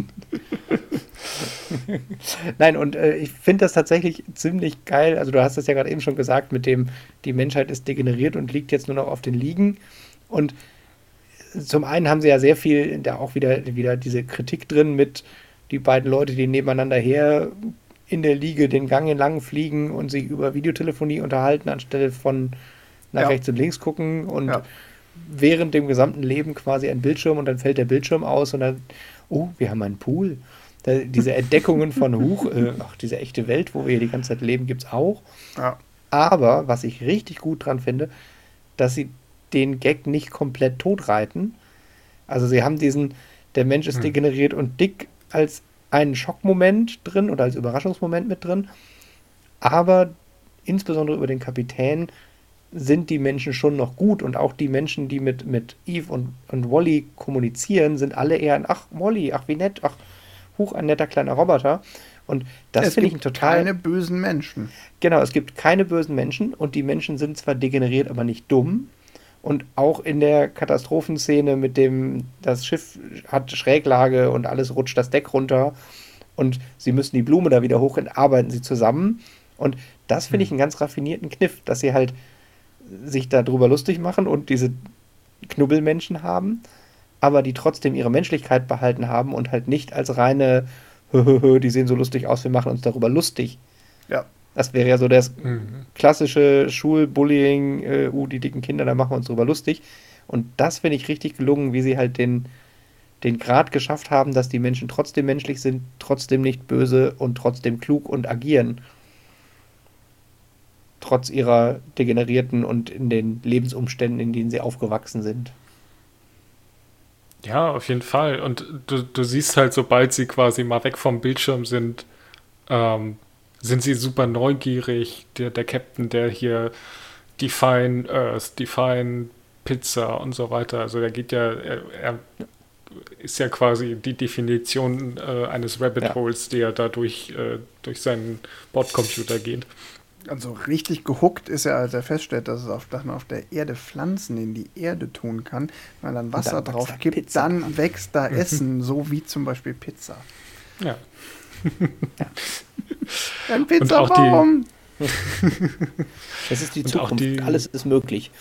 Nein, und ich finde das tatsächlich ziemlich geil. Also du hast es ja gerade eben schon gesagt, mit dem, die Menschheit ist degeneriert und liegt jetzt nur noch auf den Liegen. Und zum einen haben sie ja sehr viel, da auch wieder diese Kritik drin mit die beiden Leute, die nebeneinander her in der Liege den Gang entlang fliegen und sich über Videotelefonie unterhalten, anstelle von nach rechts und links gucken und während dem gesamten Leben quasi ein Bildschirm und dann fällt der Bildschirm aus und dann, wir haben einen Pool. Diese Entdeckungen von diese echte Welt, wo wir hier die ganze Zeit leben, gibt es auch. Ja. Aber, was ich richtig gut dran finde, dass sie den Gag nicht komplett totreiten. Also sie haben der Mensch ist degeneriert und dick als einen Schockmoment drin oder als Überraschungsmoment mit drin. Aber insbesondere über den Kapitän sind die Menschen schon noch gut und auch die Menschen, die mit Eve und Wally kommunizieren, sind alle eher ach, Wally, ach, wie nett, ach, huch, ein netter kleiner Roboter. Und das finde ich ein total... keine bösen Menschen. Genau, es gibt keine bösen Menschen und die Menschen sind zwar degeneriert, aber nicht dumm. Und auch in der Katastrophenszene mit das Schiff hat Schräglage und alles rutscht das Deck runter und sie müssen die Blume da wieder hoch, arbeiten sie zusammen. Und das finde ich einen ganz raffinierten Kniff, dass sie halt sich darüber lustig machen und diese Knubbelmenschen haben, aber die trotzdem ihre Menschlichkeit behalten haben und halt nicht als reine die sehen so lustig aus, wir machen uns darüber lustig. Ja. Das wäre ja so das klassische Schulbullying, die dicken Kinder, da machen wir uns drüber lustig. Und das finde ich richtig gelungen, wie sie halt den Grad geschafft haben, dass die Menschen trotzdem menschlich sind, trotzdem nicht böse und trotzdem klug und agieren. Trotz ihrer degenerierten und in den Lebensumständen, in denen sie aufgewachsen sind. Ja, auf jeden Fall. Und du siehst halt, sobald sie quasi mal weg vom Bildschirm sind sie super neugierig. Der Captain, der hier Define Earth, Define Pizza und so weiter. Also er geht ja, er ist ja quasi die Definition eines Rabbit Holes, der da durch seinen Bordcomputer geht. Also richtig gehuckt ist er, als er feststellt, dass man auf der Erde Pflanzen in die Erde tun kann, weil dann Wasser drauf kippt, dann wächst da Essen, so wie zum Beispiel Pizza. Ja. Ein Pizzabaum! Das ist die Zukunft, alles ist möglich.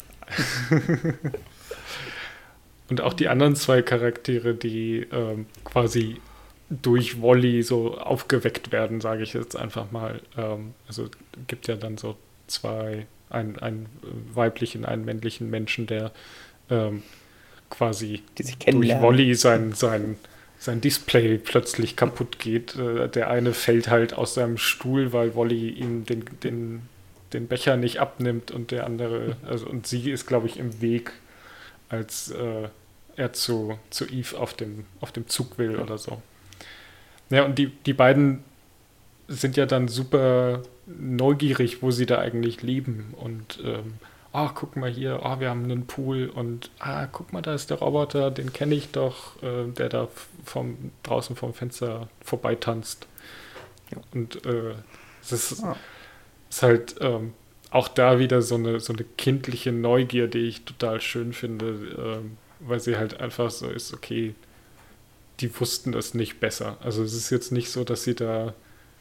Und auch die anderen zwei Charaktere, die quasi durch Wally so aufgeweckt werden, sage ich jetzt einfach mal. Also gibt ja dann so einen weiblichen, einen männlichen Menschen, der quasi durch Wally sein Display plötzlich kaputt geht. Der eine fällt halt aus seinem Stuhl, weil Wally ihm den Becher nicht abnimmt und der andere, und sie ist, glaube ich, im Weg, als er zu Eve auf dem Zug will oder so. Ja, und die beiden sind ja dann super neugierig, wo sie da eigentlich leben. Und guck mal hier, wir haben einen Pool und guck mal, da ist der Roboter, den kenne ich doch, der da draußen vom Fenster vorbeitanzt. Ja. Und es ist halt auch da wieder so eine kindliche Neugier, die ich total schön finde, weil sie halt einfach so ist, okay, die wussten das nicht besser. Also es ist jetzt nicht so, dass sie da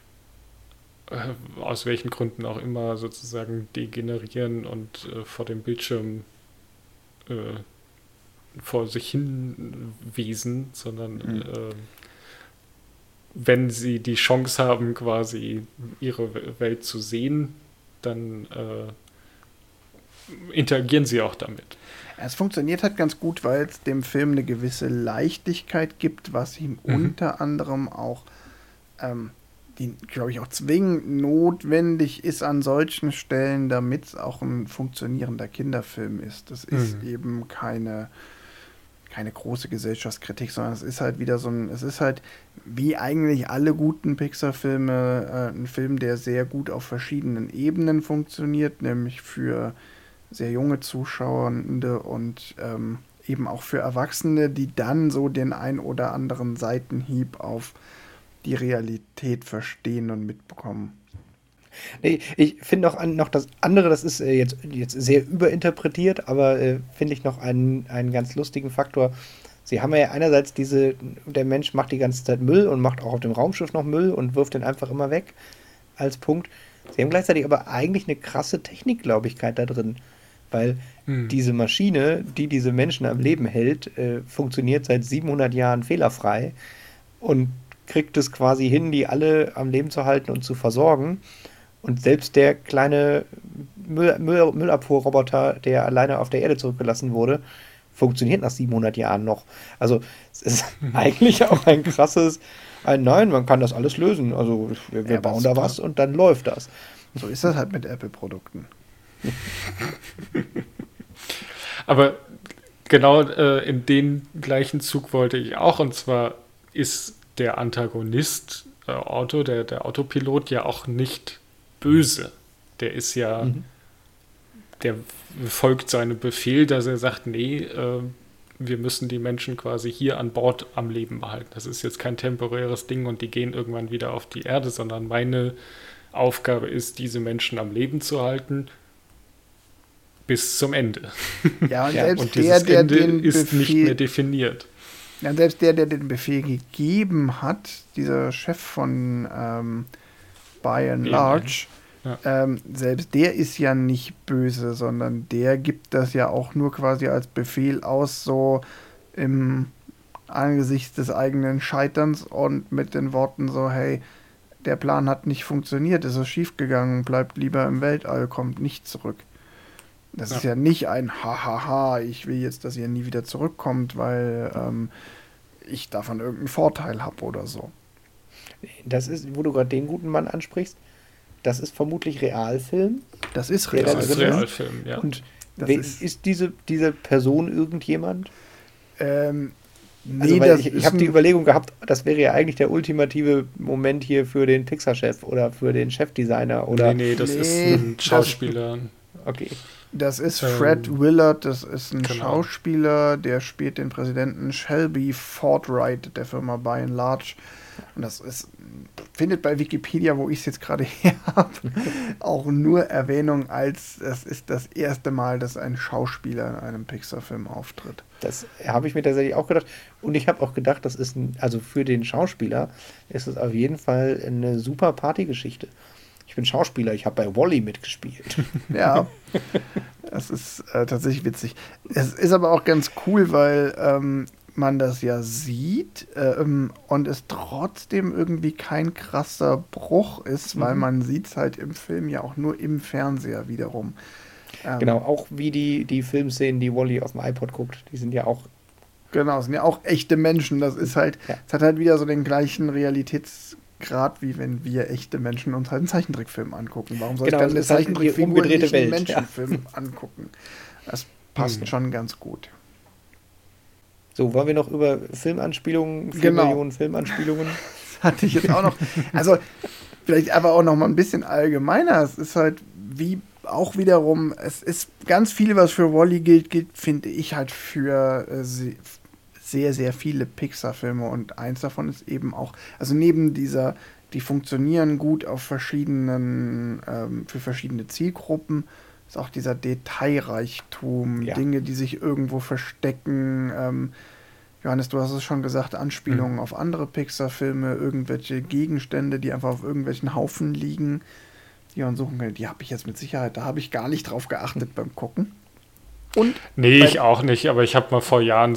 aus welchen Gründen auch immer sozusagen degenerieren und vor dem Bildschirm vor sich hin wesen, sondern wenn sie die Chance haben, quasi ihre Welt zu sehen, dann interagieren sie auch damit. Es funktioniert halt ganz gut, weil es dem Film eine gewisse Leichtigkeit gibt, was ihm unter anderem auch, die, glaube ich, auch zwingend notwendig ist an solchen Stellen, damit es auch ein funktionierender Kinderfilm ist. Das ist eben keine große Gesellschaftskritik, sondern es ist halt wieder es ist halt wie eigentlich alle guten Pixar-Filme ein Film, der sehr gut auf verschiedenen Ebenen funktioniert, nämlich für sehr junge Zuschauende und eben auch für Erwachsene, die dann so den ein oder anderen Seitenhieb auf die Realität verstehen und mitbekommen. Nee, ich finde noch das andere, das ist jetzt sehr überinterpretiert, aber finde ich noch einen ganz lustigen Faktor. Sie haben ja einerseits der Mensch macht die ganze Zeit Müll und macht auch auf dem Raumschiff noch Müll und wirft den einfach immer weg als Punkt. Sie haben gleichzeitig aber eigentlich eine krasse Technikglaubigkeit da drin, weil diese Maschine, die diese Menschen am Leben hält, funktioniert seit 700 Jahren fehlerfrei und kriegt es quasi hin, die alle am Leben zu halten und zu versorgen. Und selbst der kleine Müllabfuhrroboter, der alleine auf der Erde zurückgelassen wurde, funktioniert nach 700 Jahren noch. Also es ist eigentlich auch ein krasses, nein, man kann das alles lösen. Also wir bauen da was und dann läuft das. So ist das halt mit Apple-Produkten. Aber genau in den gleichen Zug wollte ich auch. Und zwar ist der Antagonist Otto, der Autopilot, ja auch nicht böse. Der ist ja, der folgt seinem Befehl, dass er sagt, nee, wir müssen die Menschen quasi hier an Bord am Leben behalten. Das ist jetzt kein temporäres Ding und die gehen irgendwann wieder auf die Erde, sondern meine Aufgabe ist, diese Menschen am Leben zu halten bis zum Ende. Ja, und Ja, selbst und dieses Ende den ist Befehl, nicht mehr definiert. ja, selbst der den Befehl gegeben hat, dieser Chef von By and Large, Ja. selbst der ist ja nicht böse, sondern der gibt das ja auch nur quasi als Befehl aus, so im Angesicht des eigenen Scheiterns und mit den Worten so, hey, der Plan hat nicht funktioniert, ist es schiefgegangen, bleibt lieber im Weltall, kommt nicht zurück. Das ist ja nicht ein Hahaha, ich will jetzt, dass ihr nie wieder zurückkommt, weil ich davon irgendeinen Vorteil habe oder so. Das ist, wo du gerade den guten Mann ansprichst, das ist vermutlich Realfilm. Das ist Der Das da ist drin Realfilm, ja. Und Das ist diese Person irgendjemand? Nee, Also, weil das ich ist habe die ein, Überlegung gehabt, das wäre ja eigentlich der ultimative Moment hier für den Pixar-Chef oder für den Chefdesigner oder. Nee, das ist Nee, ein Schauspieler. Okay. das ist Fred Willard, das ist ein Genau. Schauspieler, der spielt den Präsidenten Shelby Fortright der Firma By and Large. Und das ist, findet bei Wikipedia, wo ich es jetzt gerade her habe, auch nur Erwähnung als, es ist das erste Mal, dass ein Schauspieler in einem Pixar-Film auftritt. Das habe ich mir tatsächlich auch gedacht. Und ich habe auch gedacht, das ist also für den Schauspieler ist es auf jeden Fall eine super Partygeschichte. Ich bin Schauspieler, ich habe bei Wall-E mitgespielt. Ja, das ist tatsächlich witzig. Es ist aber auch ganz cool, weil man das ja sieht und es trotzdem irgendwie kein krasser Bruch ist, weil man sieht es halt im Film ja auch nur im Fernseher wiederum. Genau, auch wie die Filmszenen, die Wall-E auf dem iPod guckt, die sind ja auch. Genau, es sind ja auch echte Menschen. Das ist halt, es hat halt wieder so den gleichen Realitätsgrad, wie wenn wir echte Menschen uns halt einen Zeichentrickfilm angucken. Warum soll Genau, ich dann eine es ist halt die Zeichentrickfigur umgedrehte nicht einen Welt, ja. Menschenfilm angucken? Das passt schon ganz gut. So, wollen wir noch über Filmanspielungen, 4 Genau. Millionen Filmanspielungen? Das hatte ich jetzt auch noch. Also, vielleicht aber auch noch mal ein bisschen allgemeiner. Es ist halt wie auch wiederum, es ist ganz viel, was für Wall-E gilt, finde ich halt für sehr, sehr viele Pixar-Filme. Und eins davon ist eben auch, also neben dieser, die funktionieren gut auf verschiedenen, für verschiedene Zielgruppen, ist auch dieser Detailreichtum, Ja. Dinge, die sich irgendwo verstecken. Johannes, du hast es schon gesagt, Anspielungen auf andere Pixar-Filme, irgendwelche Gegenstände, die einfach auf irgendwelchen Haufen liegen, die man suchen kann. Die habe ich jetzt mit Sicherheit, da habe ich gar nicht drauf geachtet beim Gucken. Und Nee, bei- ich auch nicht, aber ich habe mal vor Jahren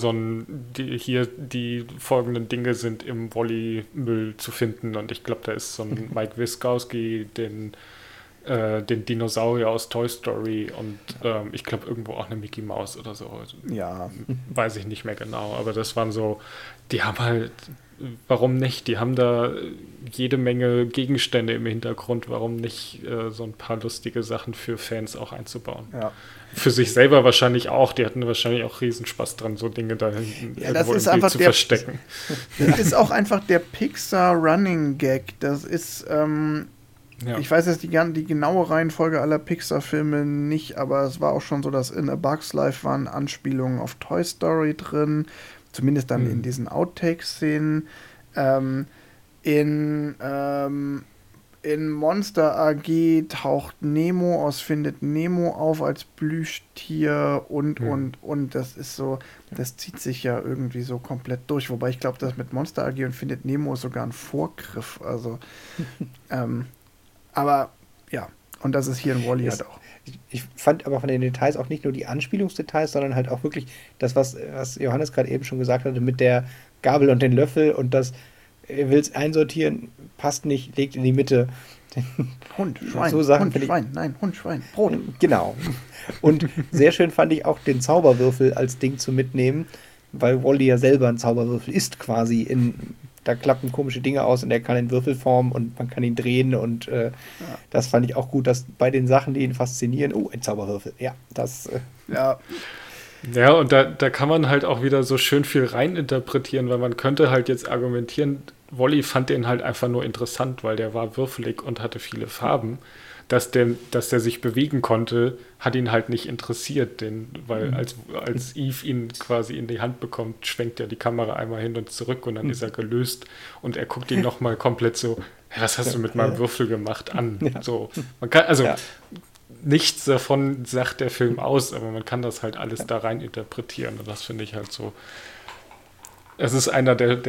die folgenden Dinge sind im Wall-E-Müll zu finden und ich glaube, da ist so ein Mike Wazowski, den Dinosaurier aus Toy Story und ich glaube irgendwo auch eine Mickey Maus oder so. Also, ja, weiß ich nicht mehr genau, aber das waren so, die haben halt, warum nicht? Die haben da jede Menge Gegenstände im Hintergrund, warum nicht so ein paar lustige Sachen für Fans auch einzubauen? ja. Für sich selber wahrscheinlich auch, die hatten wahrscheinlich auch Riesenspaß dran, so Dinge da hinten Ja, das irgendwo ist im Bild einfach zu der- verstecken. Das ist auch einfach der Pixar Running Gag. Das ist, Ja. ich weiß jetzt die genaue Reihenfolge aller Pixar-Filme nicht, aber es war auch schon so, dass in A Bug's Life waren Anspielungen auf Toy Story drin, zumindest dann in diesen Outtake-Szenen. In Monster AG taucht Nemo aus Findet Nemo auf als Plüschtier und. Das ist so, das zieht sich ja irgendwie so komplett durch. Wobei ich glaube, das mit Monster AG und Findet Nemo ist sogar ein Vorgriff. Also, aber ja, und das ist hier in Wall-E halt auch. Ich fand aber von den Details auch nicht nur die Anspielungsdetails, sondern halt auch wirklich das, was Johannes gerade eben schon gesagt hatte, mit der Gabel und den Löffel und das, er will es einsortieren, passt nicht, legt in die Mitte. Hund, Schwein, So Sachen Hund, finde ich- Schwein, nein, Hund, Schwein, Brot. Genau. Und sehr schön fand ich auch den Zauberwürfel als Ding zu mitnehmen, weil Wall-E ja selber ein Zauberwürfel ist quasi. Da klappen komische Dinge aus und er kann in Würfelform und man kann ihn drehen und das fand ich auch gut, dass bei den Sachen, die ihn faszinieren, ein Zauberwürfel. Ja, das. Ja. Ja, und da kann man halt auch wieder so schön viel reininterpretieren, weil man könnte halt jetzt argumentieren, Wall-E fand den halt einfach nur interessant, weil der war würfelig und hatte viele Farben. Dass der sich bewegen konnte, hat ihn halt nicht interessiert, weil als Eve ihn quasi in die Hand bekommt, schwenkt er die Kamera einmal hin und zurück und dann ist er gelöst und er guckt ihn nochmal komplett so, hey, was hast du mit meinem Würfel gemacht an? Ja. So, man kann, nichts davon sagt der Film aus, aber man kann das halt alles da rein interpretieren und das finde ich halt so. Es ist einer der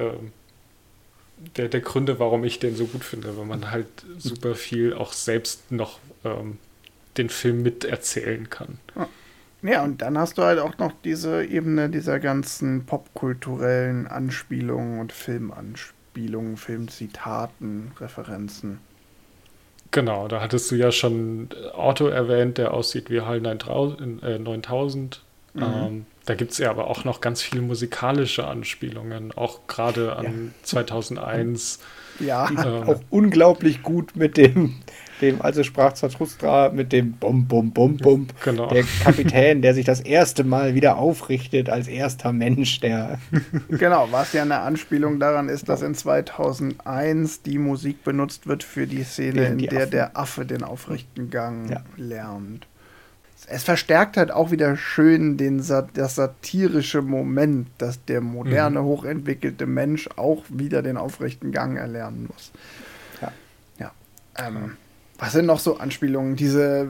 Gründe, warum ich den so gut finde, weil man halt super viel auch selbst noch den Film miterzählen kann. Ja, und dann hast du halt auch noch diese Ebene dieser ganzen popkulturellen Anspielungen und Filmanspielungen, Filmzitaten, Referenzen. Genau, da hattest du ja schon Otto erwähnt, der aussieht wie HAL 9000. Da gibt es ja aber auch noch ganz viele musikalische Anspielungen, auch gerade an 2001. Ja, auch unglaublich gut mit dem also sprach Zarathustra, mit dem Bum, Bum, Bum, Bum. Genau. Der Kapitän, der sich das erste Mal wieder aufrichtet als erster Mensch, der... Genau, was ja eine Anspielung daran ist, dass in 2001 die Musik benutzt wird für die Szene, in der der Affe den aufrechten Gang lernt. Es verstärkt halt auch wieder schön das satirische Moment, dass der moderne, hochentwickelte Mensch auch wieder den aufrechten Gang erlernen muss. Ja. Was sind noch so Anspielungen? Diese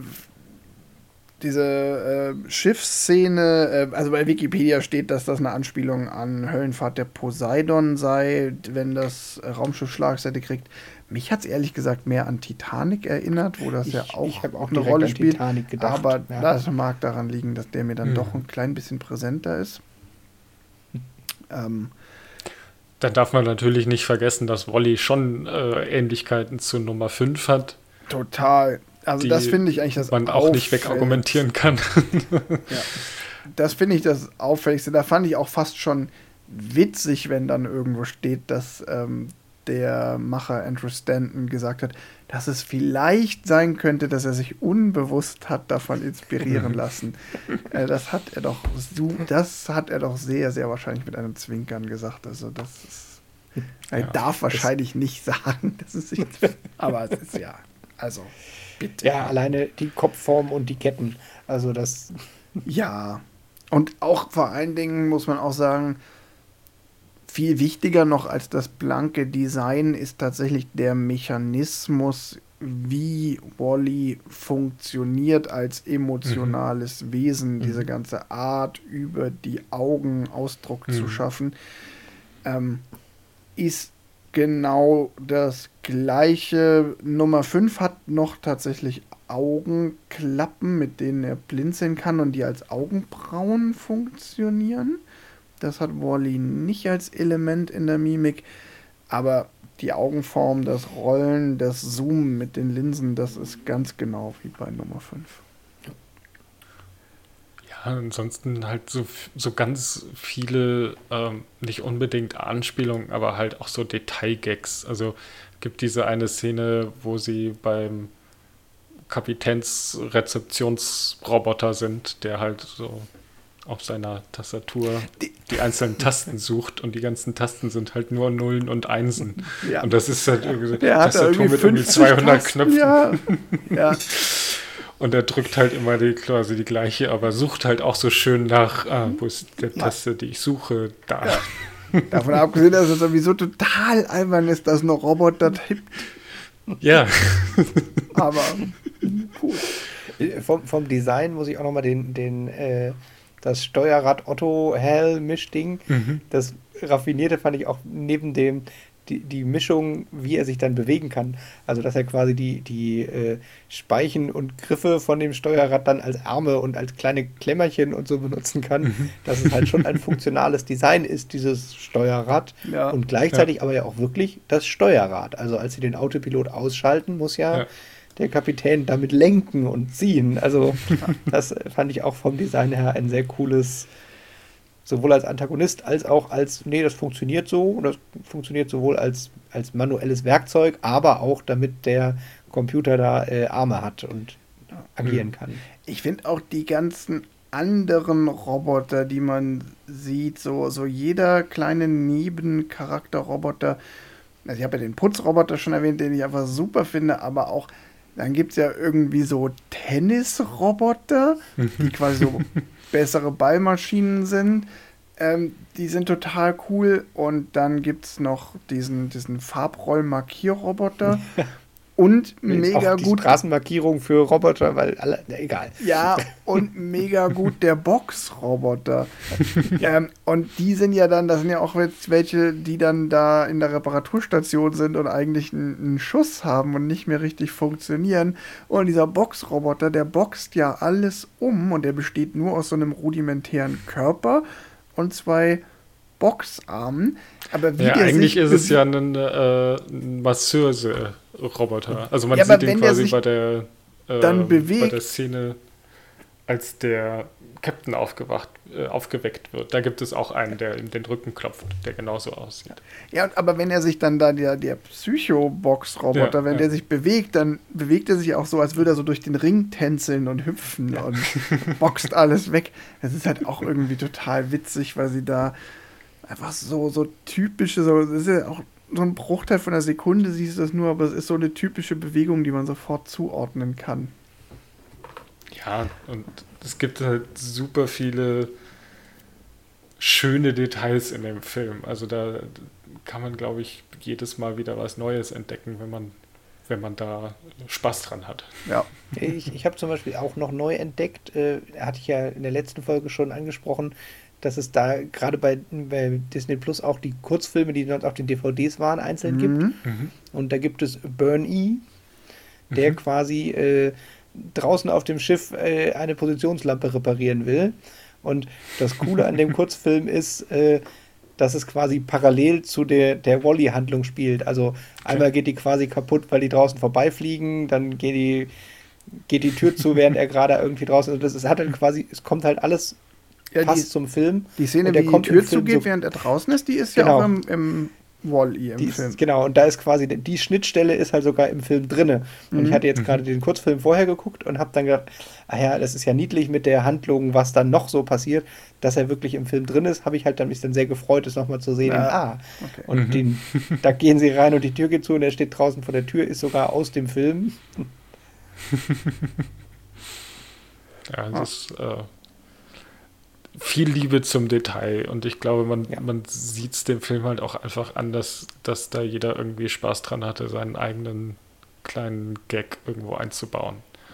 Schiffsszene, also bei Wikipedia steht, dass das eine Anspielung an Höllenfahrt der Poseidon sei, wenn das Raumschiff Schlagseite kriegt. Mich hat es ehrlich gesagt mehr an Titanic erinnert, wo das ja auch eine Rolle spielt. Titanic gedacht, aber das mag daran liegen, dass der mir dann doch ein klein bisschen präsenter ist. Dann darf man natürlich nicht vergessen, dass Wall-E schon Ähnlichkeiten zu Nummer 5 hat. Total. Also das finde ich eigentlich das man auch nicht wegargumentieren kann. Ja. Das finde ich das Auffälligste. Da fand ich auch fast schon witzig, wenn dann irgendwo steht, dass der Macher Andrew Stanton gesagt hat, dass es vielleicht sein könnte, dass er sich unbewusst hat davon inspirieren lassen. Das hat er doch sehr, sehr wahrscheinlich mit einem Zwinkern gesagt. Also das ist, er darf wahrscheinlich nicht sagen, dass es sich, aber es ist also bitte. Ja, alleine die Kopfform und die Ketten. Also das. Ja. Und auch vor allen Dingen muss man auch sagen, viel wichtiger noch als das blanke Design ist tatsächlich der Mechanismus, wie Wall-E funktioniert als emotionales Wesen, diese ganze Art, über die Augen Ausdruck zu schaffen, ist genau das Gleiche. Nummer 5 hat noch tatsächlich Augenklappen, mit denen er blinzeln kann und die als Augenbrauen funktionieren. Das hat Wall-E nicht als Element in der Mimik, aber die Augenform, das Rollen, das Zoomen mit den Linsen, das ist ganz genau wie bei Nummer 5. Ja, ansonsten halt so ganz viele, nicht unbedingt Anspielungen, aber halt auch so Detailgags. Also gibt diese eine Szene, wo sie beim Kapitänsrezeptionsroboter sind, der halt so auf seiner Tastatur die einzelnen Tasten sucht und die ganzen Tasten sind halt nur Nullen und Einsen. Ja. Und das ist halt irgendwie der Tastatur mit irgendwie 200 Tasten, Knöpfen. Ja. Ja. Und er drückt halt immer quasi die gleiche, aber sucht halt auch so schön nach, wo ist der Taste, die ich suche, da. Ja. Davon abgesehen, dass es sowieso total albern ist, dass ein Roboter tippt. Ja. Aber cool. Vom Design muss ich auch nochmal das Steuerrad Otto Hell Mischding, das Raffinierte fand ich auch neben dem die Mischung, wie er sich dann bewegen kann. Also dass er quasi die Speichen und Griffe von dem Steuerrad dann als Arme und als kleine Klemmerchen und so benutzen kann. Dass es halt schon ein funktionales Design ist, dieses Steuerrad. Ja. Und gleichzeitig aber ja auch wirklich das Steuerrad. Also als sie den Autopilot ausschalten, muss ja der Kapitän damit lenken und ziehen. Also das fand ich auch vom Design her ein sehr cooles, sowohl als Antagonist als auch als, das funktioniert so. Und das funktioniert sowohl als manuelles Werkzeug, aber auch damit der Computer da Arme hat und agieren kann. Ich finde auch die ganzen anderen Roboter, die man sieht, so jeder kleine Nebencharakterroboter. Also ich habe ja den Putzroboter schon erwähnt, den ich einfach super finde, aber auch, dann gibt es ja irgendwie so Tennisroboter, die quasi so bessere Ballmaschinen sind. Die sind total cool. Und dann gibt es noch diesen Farbroll-Markierroboter. Und mega auch die gut. Straßenmarkierung für Roboter, weil alle, egal. Ja, und mega gut der Boxroboter. Und die sind ja dann, das sind ja auch jetzt welche, die dann da in der Reparaturstation sind und eigentlich einen Schuss haben und nicht mehr richtig funktionieren. Und dieser Boxroboter, der boxt ja alles um und der besteht nur aus so einem rudimentären Körper und 2 Boxarmen. Aber wie Ja, der eigentlich sich ist es ja ein Masseuse-Roboter. Also man Ja, sieht aber ihn wenn der quasi sich bei der dann bewegt, Szene, als der Captain aufgeweckt wird. Da gibt es auch einen, der ihm den Rücken klopft, der genauso aussieht. ja, aber wenn er sich dann da, der Psycho-Box-Roboter, Ja, wenn ja. der sich bewegt, dann bewegt er sich auch so, als würde er so durch den Ring tänzeln und hüpfen und boxt alles weg. Das ist halt auch irgendwie total witzig, weil sie da einfach so typische, das ist ja auch so ein Bruchteil von einer Sekunde, siehst du das nur, aber es ist so eine typische Bewegung, die man sofort zuordnen kann. Ja, und es gibt halt super viele schöne Details in dem Film. Also da kann man, glaube ich, jedes Mal wieder was Neues entdecken, wenn man da Spaß dran hat. Ja. Ich habe zum Beispiel auch noch neu entdeckt, hatte ich ja in der letzten Folge schon angesprochen, dass es da gerade bei Disney Plus auch die Kurzfilme, die dort auf den DVDs waren, einzeln gibt. Mhm. Und da gibt es Burn E, der quasi draußen auf dem Schiff eine Positionslampe reparieren will. Und das Coole an dem Kurzfilm ist, dass es quasi parallel zu der Wall-E-Handlung spielt. Also einmal geht die quasi kaputt, weil die draußen vorbeifliegen, dann geht die Tür zu, während er gerade irgendwie draußen ist. Also es hat dann quasi, es kommt halt alles Ja, passt zum Film. die Szene, Und der wie die kommt Tür im Film zugeht, so- während er draußen ist, die ist ja Genau. auch im Wall-E im Film. Genau, und da ist quasi, die Schnittstelle ist halt sogar im Film drinne. Und ich hatte jetzt gerade den Kurzfilm vorher geguckt und habe dann gedacht, ah ja, das ist ja niedlich mit der Handlung, was dann noch so passiert, dass er wirklich im Film drin ist, habe ich halt dann mich dann sehr gefreut, das nochmal zu sehen. Okay. Und da gehen sie rein und die Tür geht zu und er steht draußen vor der Tür, ist sogar aus dem Film. Ja, das ist viel Liebe zum Detail und ich glaube, man sieht es dem Film halt auch einfach an, dass da jeder irgendwie Spaß dran hatte, seinen eigenen kleinen Gag irgendwo einzubauen.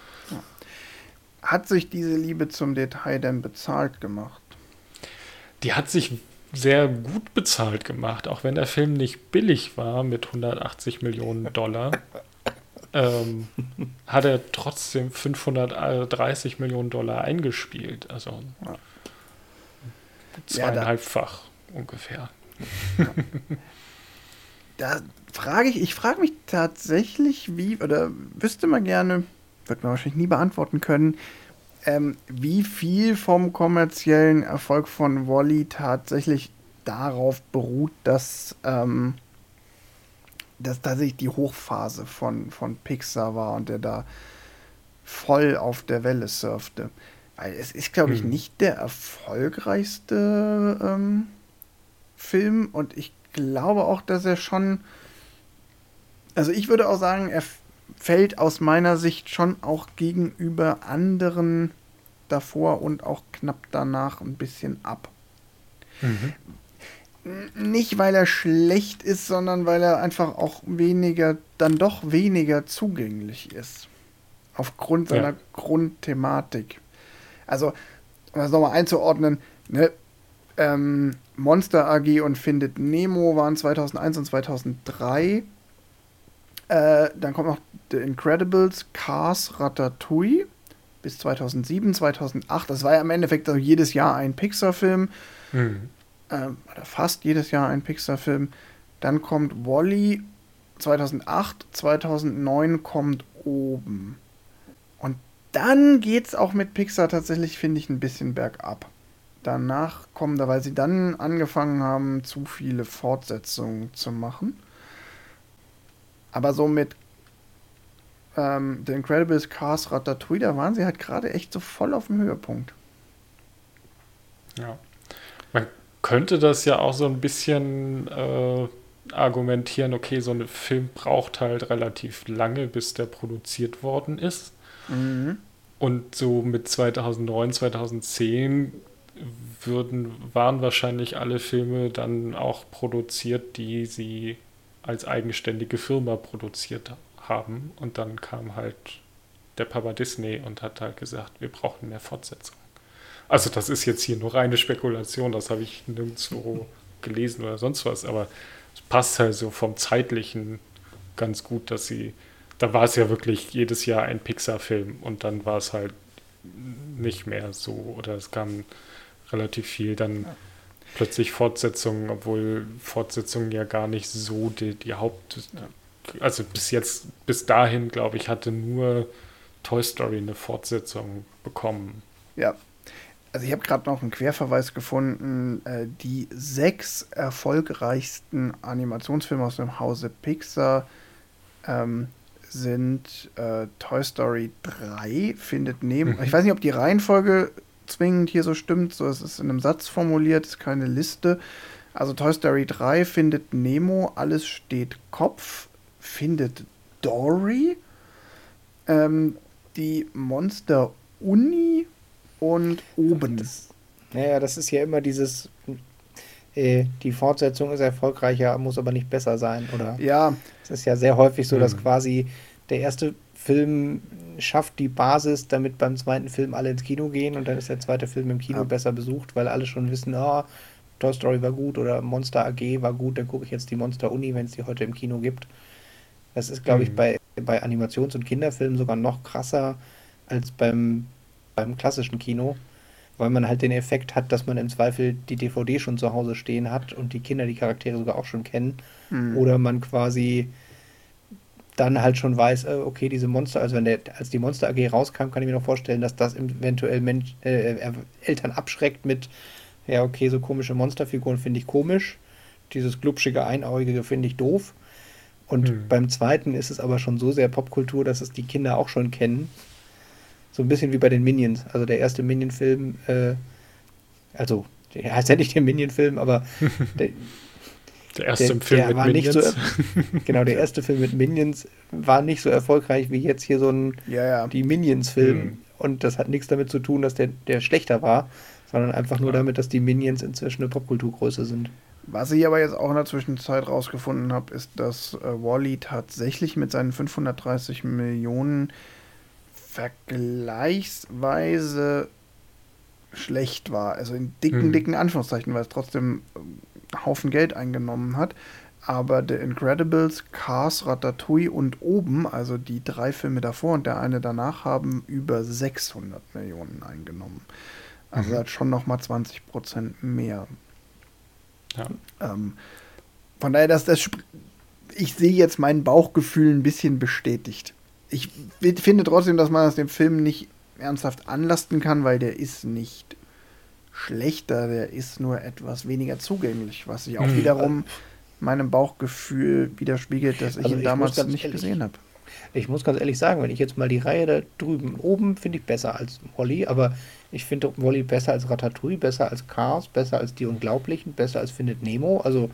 Hat sich diese Liebe zum Detail denn bezahlt gemacht? Die hat sich sehr gut bezahlt gemacht, auch wenn der Film nicht billig war mit 180 Millionen $, hat er trotzdem 530 Millionen $ eingespielt. Also zweieinhalbfach ungefähr. Da ich frage mich tatsächlich, oder wüsste man gerne, wird man wahrscheinlich nie beantworten können, wie viel vom kommerziellen Erfolg von Wall-E tatsächlich darauf beruht, dass tatsächlich die Hochphase von Pixar war und der da voll auf der Welle surfte. Weil es ist, glaube ich, nicht der erfolgreichste Film und ich glaube auch, dass er schon, also ich würde auch sagen, er fällt aus meiner Sicht schon auch gegenüber anderen davor und auch knapp danach ein bisschen ab. Nicht, weil er schlecht ist, sondern weil er einfach auch dann doch weniger zugänglich ist. Aufgrund seiner Grundthematik. Also, um das nochmal einzuordnen, ne, Monster AG und Findet Nemo waren 2001 und 2003. Dann kommt noch The Incredibles, Cars, Ratatouille bis 2007, 2008. Das war ja im Endeffekt also jedes Jahr ein Pixar-Film. Oder fast jedes Jahr ein Pixar-Film. Dann kommt Wall-E 2008, 2009 kommt Oben. Und dann geht's auch mit Pixar tatsächlich, finde ich, ein bisschen bergab. Danach kommen weil sie dann angefangen haben, zu viele Fortsetzungen zu machen. Aber so mit The Incredibles, Cars, Ratatouille, da waren sie halt gerade echt so voll auf dem Höhepunkt. Ja. Man könnte das ja auch so ein bisschen argumentieren, okay, so ein Film braucht halt relativ lange, bis der produziert worden ist. Mhm. Und so mit 2009, 2010 waren wahrscheinlich alle Filme dann auch produziert, die sie als eigenständige Firma produziert haben. Und dann kam halt der Papa Disney und hat halt gesagt, wir brauchen mehr Fortsetzung. Also das ist jetzt hier nur reine Spekulation, das habe ich nirgendwo gelesen oder sonst was, aber es passt halt so vom Zeitlichen ganz gut, dass da war es ja wirklich jedes Jahr ein Pixar-Film und dann war es halt nicht mehr so oder es kam relativ viel dann plötzlich Fortsetzungen, obwohl Fortsetzungen ja gar nicht so die Haupt... Also bis dahin, glaube ich, hatte nur Toy Story eine Fortsetzung bekommen. Ja. Also ich habe gerade noch einen Querverweis gefunden. Die 6 erfolgreichsten Animationsfilme aus dem Hause Pixar sind Toy Story 3, Findet Nemo. Ich weiß nicht, ob die Reihenfolge zwingend hier so stimmt. So, es ist in einem Satz formuliert, ist keine Liste. Also Toy Story 3, Findet Nemo, Alles steht Kopf, Findet Dory, die Monster Uni und Oben. Das ist ja immer dieses, die Fortsetzung ist erfolgreicher, muss aber nicht besser sein, oder? Ja. Es ist ja sehr häufig so, dass quasi der erste Film schafft die Basis, damit beim zweiten Film alle ins Kino gehen und dann ist der zweite Film im Kino besser besucht, weil alle schon wissen, Toy Story war gut oder Monster AG war gut, dann gucke ich jetzt die Monster Uni, wenn es die heute im Kino gibt. Das ist, glaube ich, bei Animations- und Kinderfilmen sogar noch krasser als beim klassischen Kino, weil man halt den Effekt hat, dass man im Zweifel die DVD schon zu Hause stehen hat und die Kinder die Charaktere sogar auch schon kennen. Oder man quasi dann halt schon weiß, okay, diese Monster, also als die Monster AG rauskam, kann ich mir noch vorstellen, dass das eventuell Eltern abschreckt mit, ja, okay, so komische Monsterfiguren finde ich komisch, dieses glubschige Einäugige finde ich doof. Und beim zweiten ist es aber schon so sehr Popkultur, dass es die Kinder auch schon kennen. So ein bisschen wie bei den Minions. Also der erste Minion-Film, also der heißt ja nicht der Minion-Film, aber der erste Film mit Minions. Genau, der erste Film mit Minions war nicht so erfolgreich wie jetzt hier so die Minions-Film. Und das hat nichts damit zu tun, dass der schlechter war, sondern einfach nur damit, dass die Minions inzwischen eine Popkulturgröße sind. Was ich aber jetzt auch in der Zwischenzeit rausgefunden habe, ist, dass Wall-E tatsächlich mit seinen 530 Millionen vergleichsweise schlecht war. Also in dicken Anführungszeichen, weil es trotzdem einen Haufen Geld eingenommen hat. Aber The Incredibles, Cars, Ratatouille und Oben, also die 3 Filme davor und der eine danach, haben über 600 Millionen eingenommen. Also hat schon nochmal 20% mehr. Ja. Von daher, ich sehe jetzt mein Bauchgefühl ein bisschen bestätigt. Ich finde trotzdem, dass man das dem Film nicht ernsthaft anlasten kann, weil der ist nicht schlechter, der ist nur etwas weniger zugänglich, was sich auch wiederum meinem Bauchgefühl widerspiegelt, dass ich ihn damals nicht gesehen habe. Ich muss ganz ehrlich sagen, wenn ich jetzt mal die Reihe da drüben oben finde ich besser als Wall-E, aber ich finde Wall-E besser als Ratatouille, besser als Cars, besser als Die Unglaublichen, besser als Findet Nemo, also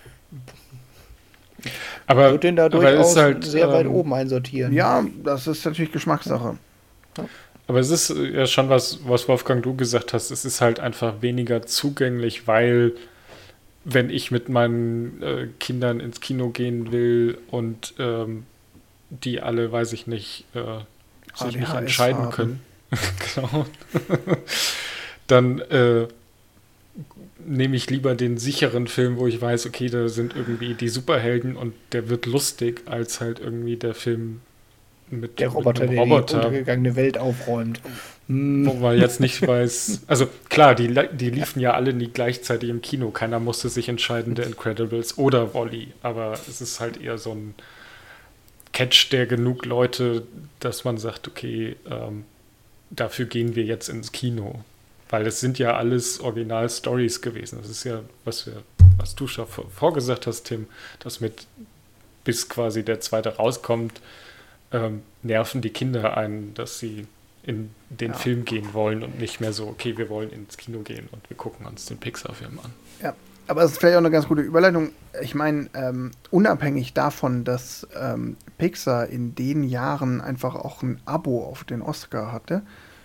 aber würde den da durchaus halt, sehr weit oben einsortieren. Ja, das ist natürlich Geschmackssache. Aber es ist ja schon was Wolfgang, du gesagt hast, es ist halt einfach weniger zugänglich, weil wenn ich mit meinen Kindern ins Kino gehen will und die alle, weiß ich nicht, sich nicht entscheiden können, genau, dann nehme ich lieber den sicheren Film, wo ich weiß, okay, da sind irgendwie die Superhelden und der wird lustig, als halt irgendwie der Film mit der Roboter, der die untergegangene Welt aufräumt. Wo man jetzt nicht weiß, also klar, die liefen ja alle nie gleichzeitig im Kino. Keiner musste sich entscheiden, The Incredibles oder Wall-E. Aber es ist halt eher so ein Catch der genug Leute, dass man sagt, okay, dafür gehen wir jetzt ins Kino. Weil es sind ja alles Original-Stories gewesen. Das ist ja, was du schon vorgesagt hast, Tim, dass bis quasi der zweite rauskommt, nerven die Kinder einen, dass sie in den Film gehen wollen und nicht mehr so, okay, wir wollen ins Kino gehen und wir gucken uns den Pixar-Film an. Ja, aber es ist vielleicht auch eine ganz gute Überleitung. Ich meine, unabhängig davon, dass Pixar in den Jahren einfach auch ein Abo auf den Oscar hatte,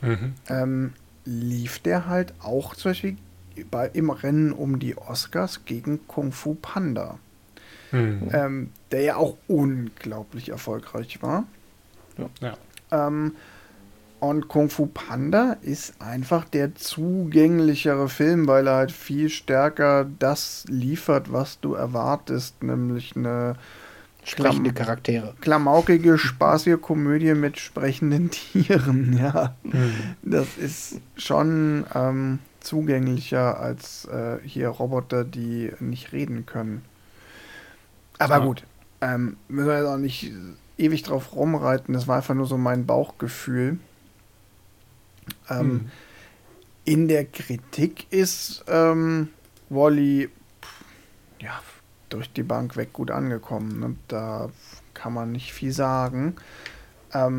lief der halt auch zum Beispiel im Rennen um die Oscars gegen Kung Fu Panda. Der ja auch unglaublich erfolgreich war. Ja. Und Kung Fu Panda ist einfach der zugänglichere Film, weil er halt viel stärker das liefert, was du erwartest, nämlich eine Sprechende Charaktere. klamaukige, spaßige Komödie mit sprechenden Tieren, ja. Das ist schon zugänglicher als hier Roboter, die nicht reden können. Aber gut, müssen wir jetzt auch nicht ewig drauf rumreiten, das war einfach nur so mein Bauchgefühl. In der Kritik ist Wall-E durch die Bank weg gut angekommen. Ne? Da kann man nicht viel sagen. Da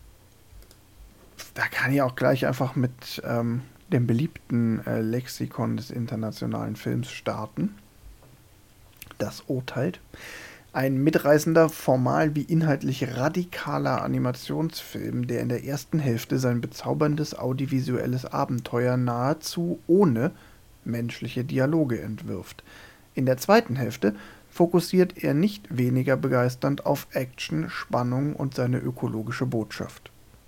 kann ich auch gleich einfach mit dem beliebten Lexikon des internationalen Films starten. Das urteilt. Ein mitreißender, formal wie inhaltlich radikaler Animationsfilm, der in der ersten Hälfte sein bezauberndes audiovisuelles Abenteuer nahezu ohne menschliche Dialoge entwirft. In der zweiten Hälfte fokussiert er nicht weniger begeisternd auf Action, Spannung und seine ökologische Botschaft.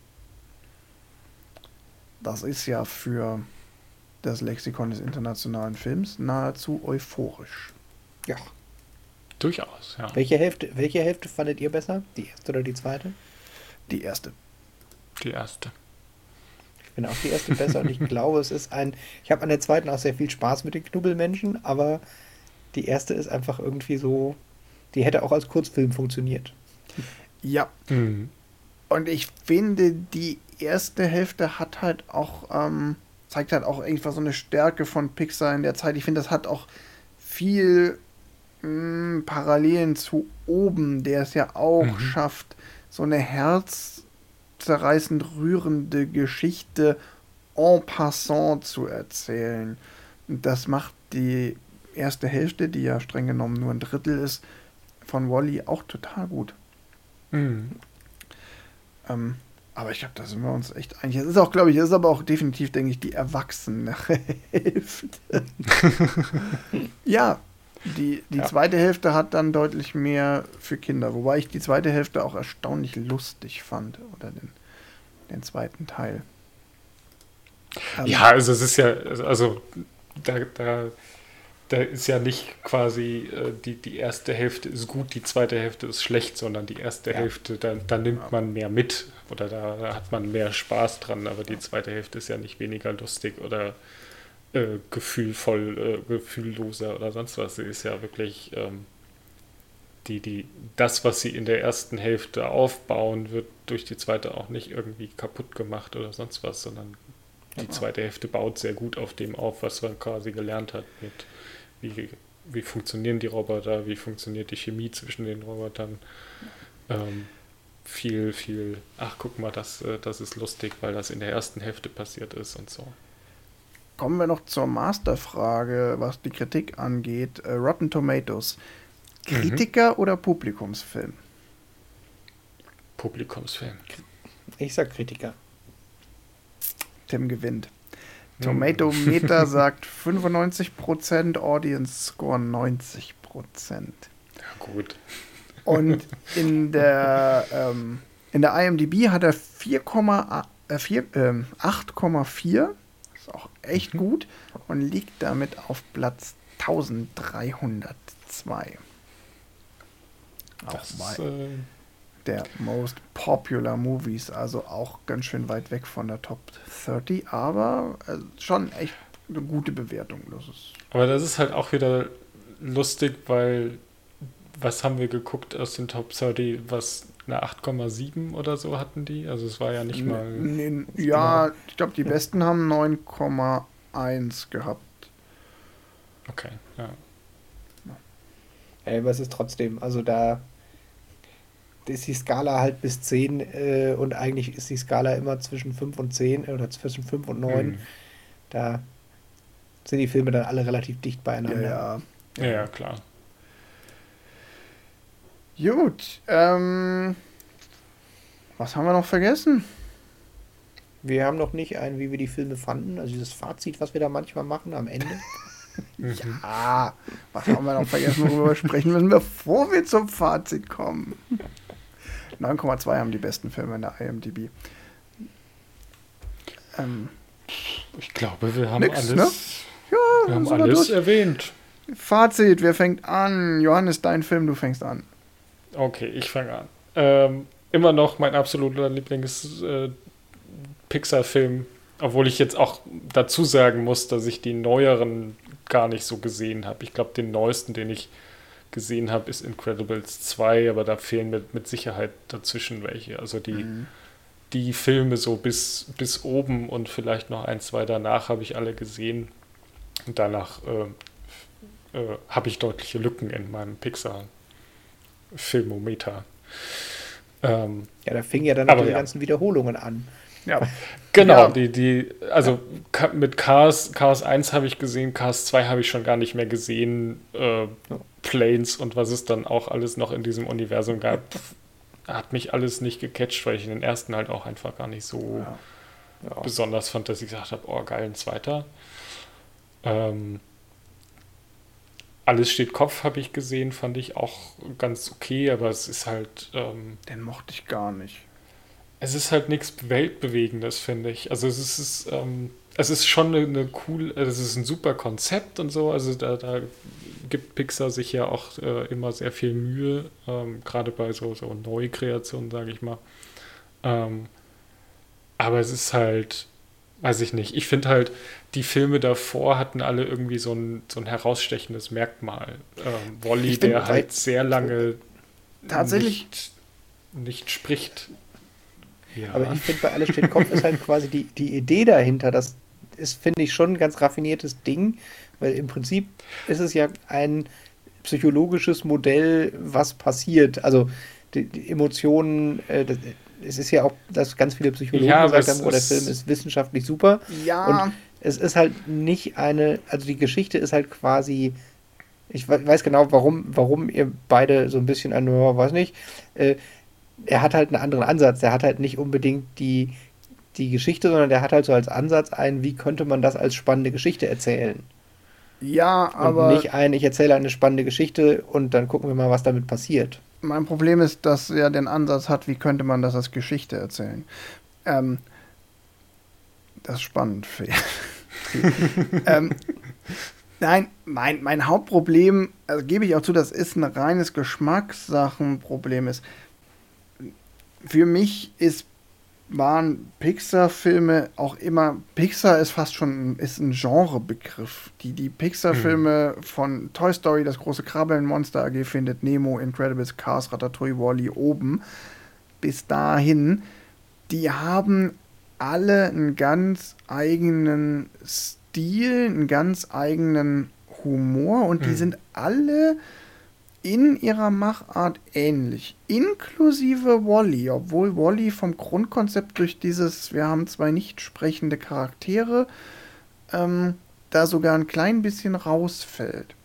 Das ist ja für das Lexikon des internationalen Films nahezu euphorisch. Ja. Durchaus, ja. Welche Hälfte fandet ihr besser? Die erste oder die zweite? Die erste. Die erste. Ich finde auch die erste besser und ich glaube, ich habe an der zweiten auch sehr viel Spaß mit den Knubbelmenschen, aber die erste ist einfach irgendwie so, die hätte auch als Kurzfilm funktioniert. Ja. Und ich finde, die erste Hälfte hat halt auch, zeigt halt auch irgendwas so eine Stärke von Pixar in der Zeit. Ich finde, das hat auch viel Parallelen zu oben, der es ja auch schafft, so eine herzzerreißend rührende Geschichte en passant zu erzählen. Und das macht die erste Hälfte, die ja streng genommen nur ein Drittel ist, von Wall-E auch total gut. Aber ich glaube, da sind wir uns echt einig. Es ist auch, glaube ich, es ist aber auch definitiv, denke ich, die erwachsene Hälfte. Ja, die zweite Hälfte hat dann deutlich mehr für Kinder, wobei ich die zweite Hälfte auch erstaunlich lustig fand, oder den zweiten Teil. Ja, also es ist ja, also da ist ja nicht quasi die erste Hälfte ist gut, die zweite Hälfte ist schlecht, sondern die erste Hälfte, da nimmt man mehr mit oder da hat man mehr Spaß dran, aber die zweite Hälfte ist ja nicht weniger lustig oder gefühlloser oder sonst was. Sie ist ja wirklich das, was sie in der ersten Hälfte aufbauen, wird durch die zweite auch nicht irgendwie kaputt gemacht oder sonst was, sondern die zweite Hälfte baut sehr gut auf dem auf, was man quasi gelernt hat mit wie funktionieren die Roboter, wie funktioniert die Chemie zwischen den Robotern. Ach, guck mal, das ist lustig, weil das in der ersten Hälfte passiert ist und so. Kommen wir noch zur Masterfrage, was die Kritik angeht. Rotten Tomatoes. Kritiker oder Publikumsfilm? Publikumsfilm. Ich sag Kritiker. Tim gewinnt. Tomatometer sagt 95%, Audience Score 90%. Ja, gut. Und in der IMDb hat er 8,4. Ist auch echt gut und liegt damit auf Platz 1302. Auch bei der Most Popular Movies, also auch ganz schön weit weg von der Top 30, aber schon echt eine gute Bewertung. Aber das ist halt auch wieder lustig, weil was haben wir geguckt aus den Top 30, was eine 8,7 oder so hatten die? Also es war ja nicht mal... Ja, ich glaube, die besten haben 9,1 gehabt. Okay, ja. Aber es ist trotzdem, also da ist die Skala halt bis 10 und eigentlich ist die Skala immer zwischen 5 und 10 oder zwischen 5 und 9. Da sind die Filme dann alle relativ dicht beieinander. Ja, klar. Gut, was haben wir noch vergessen? Wir haben noch nicht wie wir die Filme fanden, also dieses Fazit, was wir da manchmal machen am Ende. Ja, was haben wir noch vergessen, worüber wir sprechen müssen, bevor wir zum Fazit kommen? 9,2 haben die besten Filme in der IMDb. Ich glaube, wir haben nix, alles, ne? Ja, wir haben alles erwähnt. Fazit, wer fängt an? Johannes, dein Film, du fängst an. Okay, ich fange an. Immer noch mein absoluter Lieblings-Pixar-Film, obwohl ich jetzt auch dazu sagen muss, dass ich die neueren gar nicht so gesehen habe. Ich glaube, den neuesten, den ich gesehen habe, ist Incredibles 2, aber da fehlen mir mit Sicherheit dazwischen welche. Also die Filme so bis oben und vielleicht noch ein, zwei danach habe ich alle gesehen. Und danach habe ich deutliche Lücken in meinem Pixar-Filmometer. Ja, da fingen ja dann aber die ganzen Wiederholungen an. Ja. Genau, also mit Cars 1 habe ich gesehen, Cars 2 habe ich schon gar nicht mehr gesehen, Planes und was es dann auch alles noch in diesem Universum gab, hat mich alles nicht gecatcht, weil ich den ersten halt auch einfach gar nicht so besonders fand, dass ich gesagt habe, oh geil, ein zweiter. Alles steht Kopf habe ich gesehen, fand ich auch ganz okay, aber es ist halt... Den mochte ich gar nicht. Es ist halt nichts Weltbewegendes, finde ich. Also es ist schon eine cool, es ist ein super Konzept und so, also da gibt Pixar sich ja auch immer sehr viel Mühe, gerade bei so Neukreationen, sage ich mal. Aber es ist halt, weiß ich nicht, ich finde halt, die Filme davor hatten alle irgendwie so ein herausstechendes Merkmal. Wall-E, der halt sehr lange tatsächlich nicht spricht. Ja. Aber ich finde, bei Alles steht Kopf ist halt quasi die Idee dahinter. Das ist, finde ich, schon ein ganz raffiniertes Ding, weil im Prinzip ist es ja ein psychologisches Modell, was passiert. Also die Emotionen, es ist ja auch, dass ganz viele Psychologen gesagt haben, der Film ist wissenschaftlich super. Ja. Und es ist halt nicht also die Geschichte ist halt quasi, ich weiß genau, warum ihr beide so ein bisschen weiß nicht, er hat halt einen anderen Ansatz. Der hat halt nicht unbedingt die Geschichte, sondern der hat halt so als Ansatz wie könnte man das als spannende Geschichte erzählen. Ja, aber... Und nicht ich erzähle eine spannende Geschichte und dann gucken wir mal, was damit passiert. Mein Problem ist, dass er den Ansatz hat, wie könnte man das als Geschichte erzählen. Das ist spannend. Nein, mein Hauptproblem, also gebe ich auch zu, das ist ein reines Geschmackssachenproblem ist. Für mich waren Pixar-Filme auch immer, Pixar ist fast schon ein Genrebegriff. Die Pixar-Filme von Toy Story, das große Krabbeln, Monster AG, Findet Nemo, Incredibles, Cars, Ratatouille, Wall-E oben, bis dahin, die haben alle einen ganz eigenen Stil, einen ganz eigenen Humor und die sind alle in ihrer Machart ähnlich, inklusive Wall-E, obwohl Wall-E vom Grundkonzept durch wir haben zwei nicht sprechende Charaktere, da sogar ein klein bisschen rausfällt.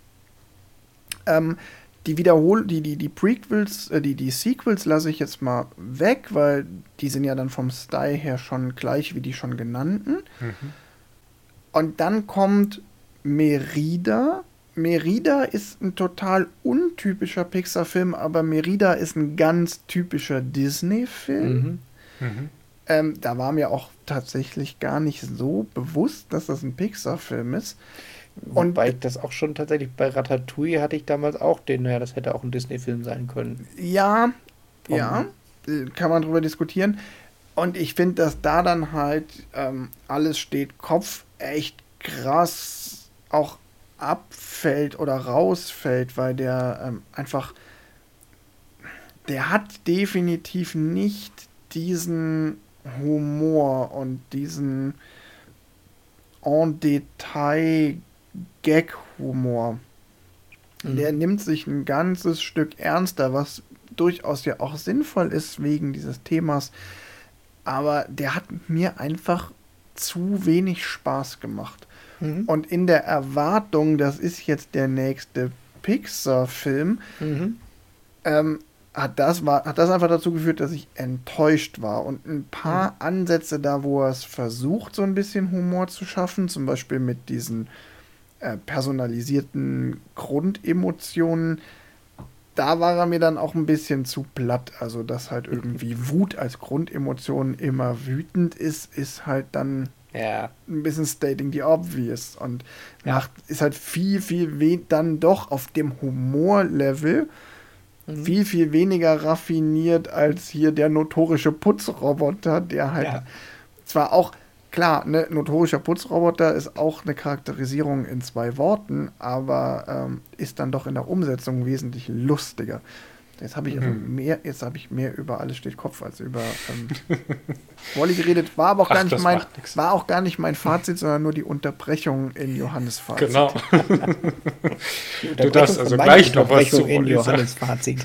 Die Prequels, die Sequels lasse ich jetzt mal weg, weil die sind ja dann vom Style her schon gleich wie die schon genannten. Und dann kommt Merida. Merida ist ein total untypischer Pixar-Film, aber Merida ist ein ganz typischer Disney-Film. Da war mir auch tatsächlich gar nicht so bewusst, dass das ein Pixar-Film ist. Und bei das auch schon tatsächlich bei Ratatouille hatte ich damals auch das hätte auch ein Disney-Film sein können. Ja, kann man drüber diskutieren. Und ich finde, dass da dann halt Alles steht Kopf echt krass auch abfällt oder rausfällt, weil der der hat definitiv nicht diesen Humor und diesen en Detail Gag-Humor. Der nimmt sich ein ganzes Stück ernster, was durchaus ja auch sinnvoll ist wegen dieses Themas. Aber der hat mir einfach zu wenig Spaß gemacht. Und in der Erwartung, das ist jetzt der nächste Pixar-Film, hat das einfach dazu geführt, dass ich enttäuscht war. Und ein paar Ansätze da, wo er es versucht, so ein bisschen Humor zu schaffen, zum Beispiel mit diesen personalisierten Grundemotionen, da war er mir dann auch ein bisschen zu platt. Also, dass halt irgendwie Wut als Grundemotion immer wütend ist halt dann ein bisschen stating the obvious. Und ist halt viel dann doch auf dem Humorlevel viel, viel weniger raffiniert als hier der notorische Putzroboter, der halt zwar auch, klar, ne, notorischer Putzroboter ist auch eine Charakterisierung in 2 Worten, aber ist dann doch in der Umsetzung wesentlich lustiger. Jetzt habe ich mehr über Alles steht Kopf als über Wall-E geredet. War aber auch gar nicht mein Fazit, sondern nur die Unterbrechung in Johannes Fazit. Genau. Du darfst also gleich noch was zu in Johannes Fazit.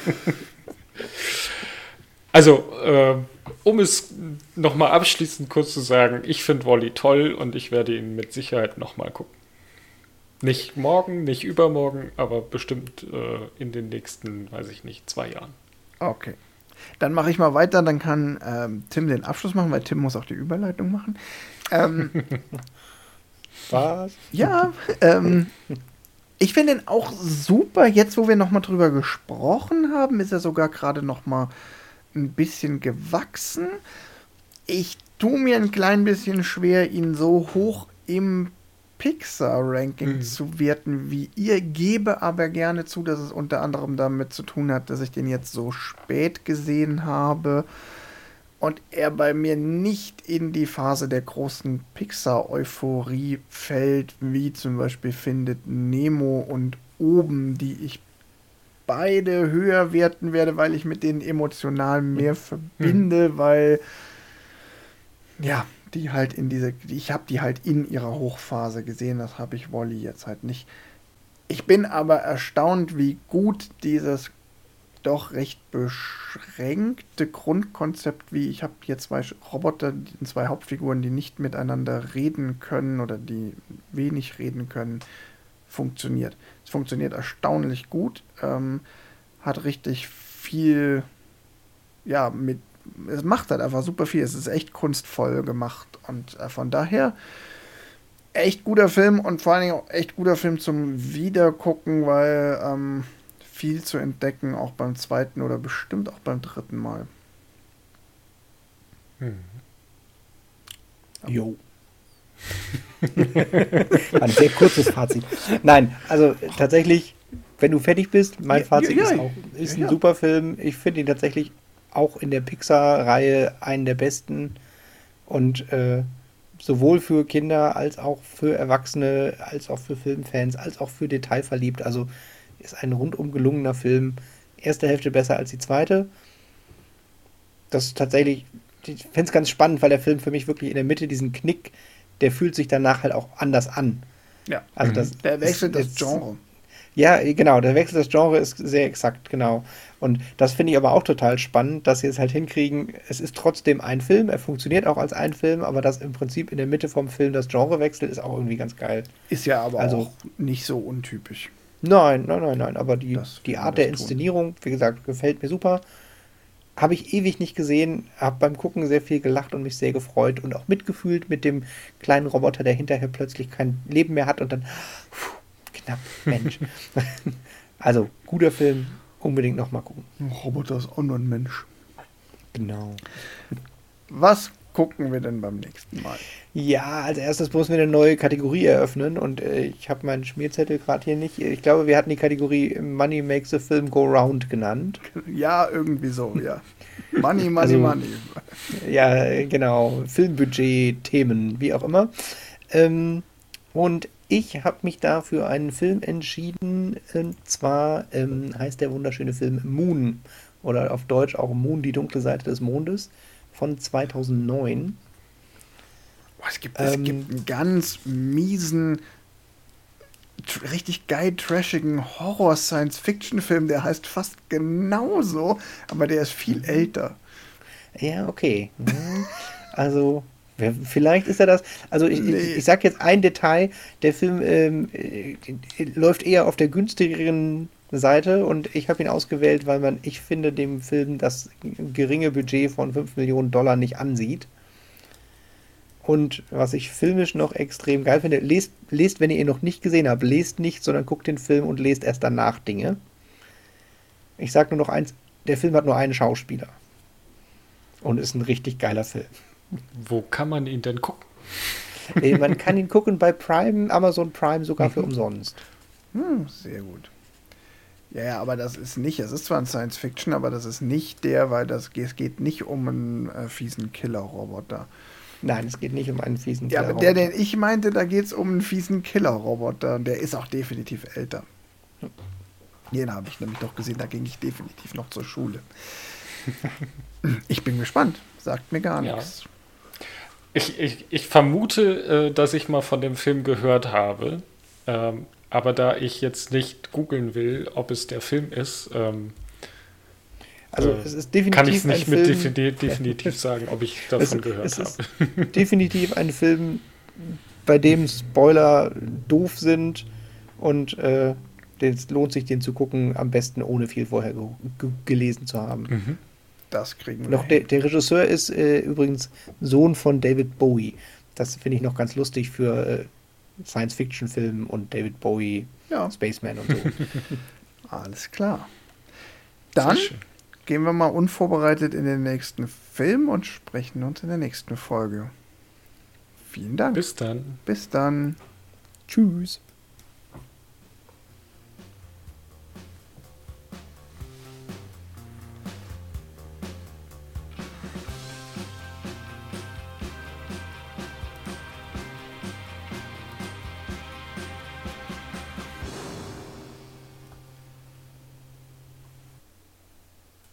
Also, um es nochmal abschließend kurz zu sagen, ich finde Wall-E toll und ich werde ihn mit Sicherheit nochmal gucken. Nicht morgen, nicht übermorgen, aber bestimmt in den nächsten, weiß ich nicht, 2 Jahren. Okay. Dann mache ich mal weiter, dann kann Tim den Abschluss machen, weil Tim muss auch die Überleitung machen. Was? Ja, ich finde ihn auch super. Jetzt, wo wir nochmal drüber gesprochen haben, ist er sogar gerade nochmal ein bisschen gewachsen. Ich tue mir ein klein bisschen schwer, ihn so hoch im Pixar-Ranking zu werten wie ihr, gebe aber gerne zu, dass es unter anderem damit zu tun hat, dass ich den jetzt so spät gesehen habe und er bei mir nicht in die Phase der großen Pixar-Euphorie fällt, wie zum Beispiel Findet Nemo und Oben, die ich beide höher werten werde, weil ich mit denen emotional mehr verbinde, weil die halt ich habe die halt in ihrer Hochphase gesehen, das habe ich Wall-E jetzt halt nicht. Ich bin aber erstaunt, wie gut dieses doch recht beschränkte Grundkonzept, wie ich habe hier 2 Roboter, 2 Hauptfiguren, die nicht miteinander reden können oder die wenig reden können, funktioniert. Es funktioniert erstaunlich gut, hat richtig viel, es macht halt einfach super viel. Es ist echt kunstvoll gemacht und von daher echt guter Film und vor allen Dingen auch echt guter Film zum Wiedergucken, weil viel zu entdecken, auch beim 2. oder bestimmt auch beim 3. Mal. Jo. Ein sehr kurzes Fazit. Nein, also tatsächlich, wenn du fertig bist, mein Fazit ist ein super Film. Ich finde ihn tatsächlich auch in der Pixar-Reihe einen der besten und sowohl für Kinder als auch für Erwachsene, als auch für Filmfans, als auch für Detailverliebt. Also ist ein rundum gelungener Film. Erste Hälfte besser als die zweite. Das ist tatsächlich, ich finde es ganz spannend, weil der Film für mich wirklich in der Mitte diesen Knick, der fühlt sich danach halt auch anders an. Ja, also der wechselt das Genre. Ja, genau, der Wechsel des Genres ist sehr exakt, genau. Und das finde ich aber auch total spannend, dass sie es halt hinkriegen, es ist trotzdem ein Film, er funktioniert auch als ein Film, aber dass im Prinzip in der Mitte vom Film das Genre wechselt, ist auch irgendwie ganz geil. Ist ja aber auch nicht so untypisch. Nein, aber die Art der Inszenierung, wie gesagt, gefällt mir super. Habe ich ewig nicht gesehen, habe beim Gucken sehr viel gelacht und mich sehr gefreut und auch mitgefühlt mit dem kleinen Roboter, der hinterher plötzlich kein Leben mehr hat und dann knapp, Mensch. Also, guter Film, unbedingt nochmal gucken. Roboter ist auch nur ein Mensch. Genau. Was gucken wir denn beim nächsten Mal? Ja, als erstes müssen wir eine neue Kategorie eröffnen und ich habe meinen Schmierzettel gerade hier nicht. Ich glaube, wir hatten die Kategorie Money Makes the Film Go Round genannt. Ja, irgendwie so, ja. Money. Ja, genau. Filmbudget, Themen, wie auch immer. Und ich habe mich da für einen Film entschieden, und zwar heißt der wunderschöne Film Moon oder auf Deutsch auch Moon, die dunkle Seite des Mondes von 2009. Es gibt einen ganz miesen richtig geil trashigen Horror-Science-Fiction-Film, der heißt fast genauso, aber der ist viel älter. Ja, okay. Also, vielleicht ist er das. Also, ich sag jetzt ein Detail: Der Film läuft eher auf der günstigeren Seite und ich habe ihn ausgewählt, weil ich finde, dem Film das geringe Budget von $5 Millionen nicht ansieht. Und was ich filmisch noch extrem geil finde, lest, wenn ihr ihn noch nicht gesehen habt, lest nicht, sondern guckt den Film und lest erst danach Dinge. Ich sag nur noch eins: Der Film hat nur einen Schauspieler. Und ist ein richtig geiler Film. Wo kann man ihn denn gucken? Man kann ihn gucken bei Prime, Amazon Prime sogar für umsonst. Sehr gut. Ja, aber das ist nicht, es ist zwar ein Science-Fiction, aber das ist nicht der, weil es geht nicht um einen fiesen Killer-Roboter. Nein, es geht nicht um einen fiesen Ja, aber der, den ich meinte, da geht es um einen fiesen Killer-Roboter. Und der ist auch definitiv älter. Den habe ich nämlich noch gesehen, da ging ich definitiv noch zur Schule. Ich bin gespannt. Sagt mir gar nichts. Ich vermute, dass ich mal von dem Film gehört habe. Aber da ich jetzt nicht googeln will, ob es der Film ist, also es ist definitiv kann ich es nicht mit Film, definitiv sagen, ob ich davon gehört habe. Es ist definitiv ein Film, bei dem Spoiler doof sind und es lohnt sich, den zu gucken, am besten ohne viel vorher gelesen zu haben. Mhm. Das kriegen wir Noch der Regisseur ist übrigens Sohn von David Bowie. Das finde ich noch ganz lustig für Science-Fiction-Filmen und David Bowie, Spaceman und so. Alles klar. Dann gehen wir mal unvorbereitet in den nächsten Film und sprechen uns in der nächsten Folge. Vielen Dank. Bis dann. Bis dann. Tschüss.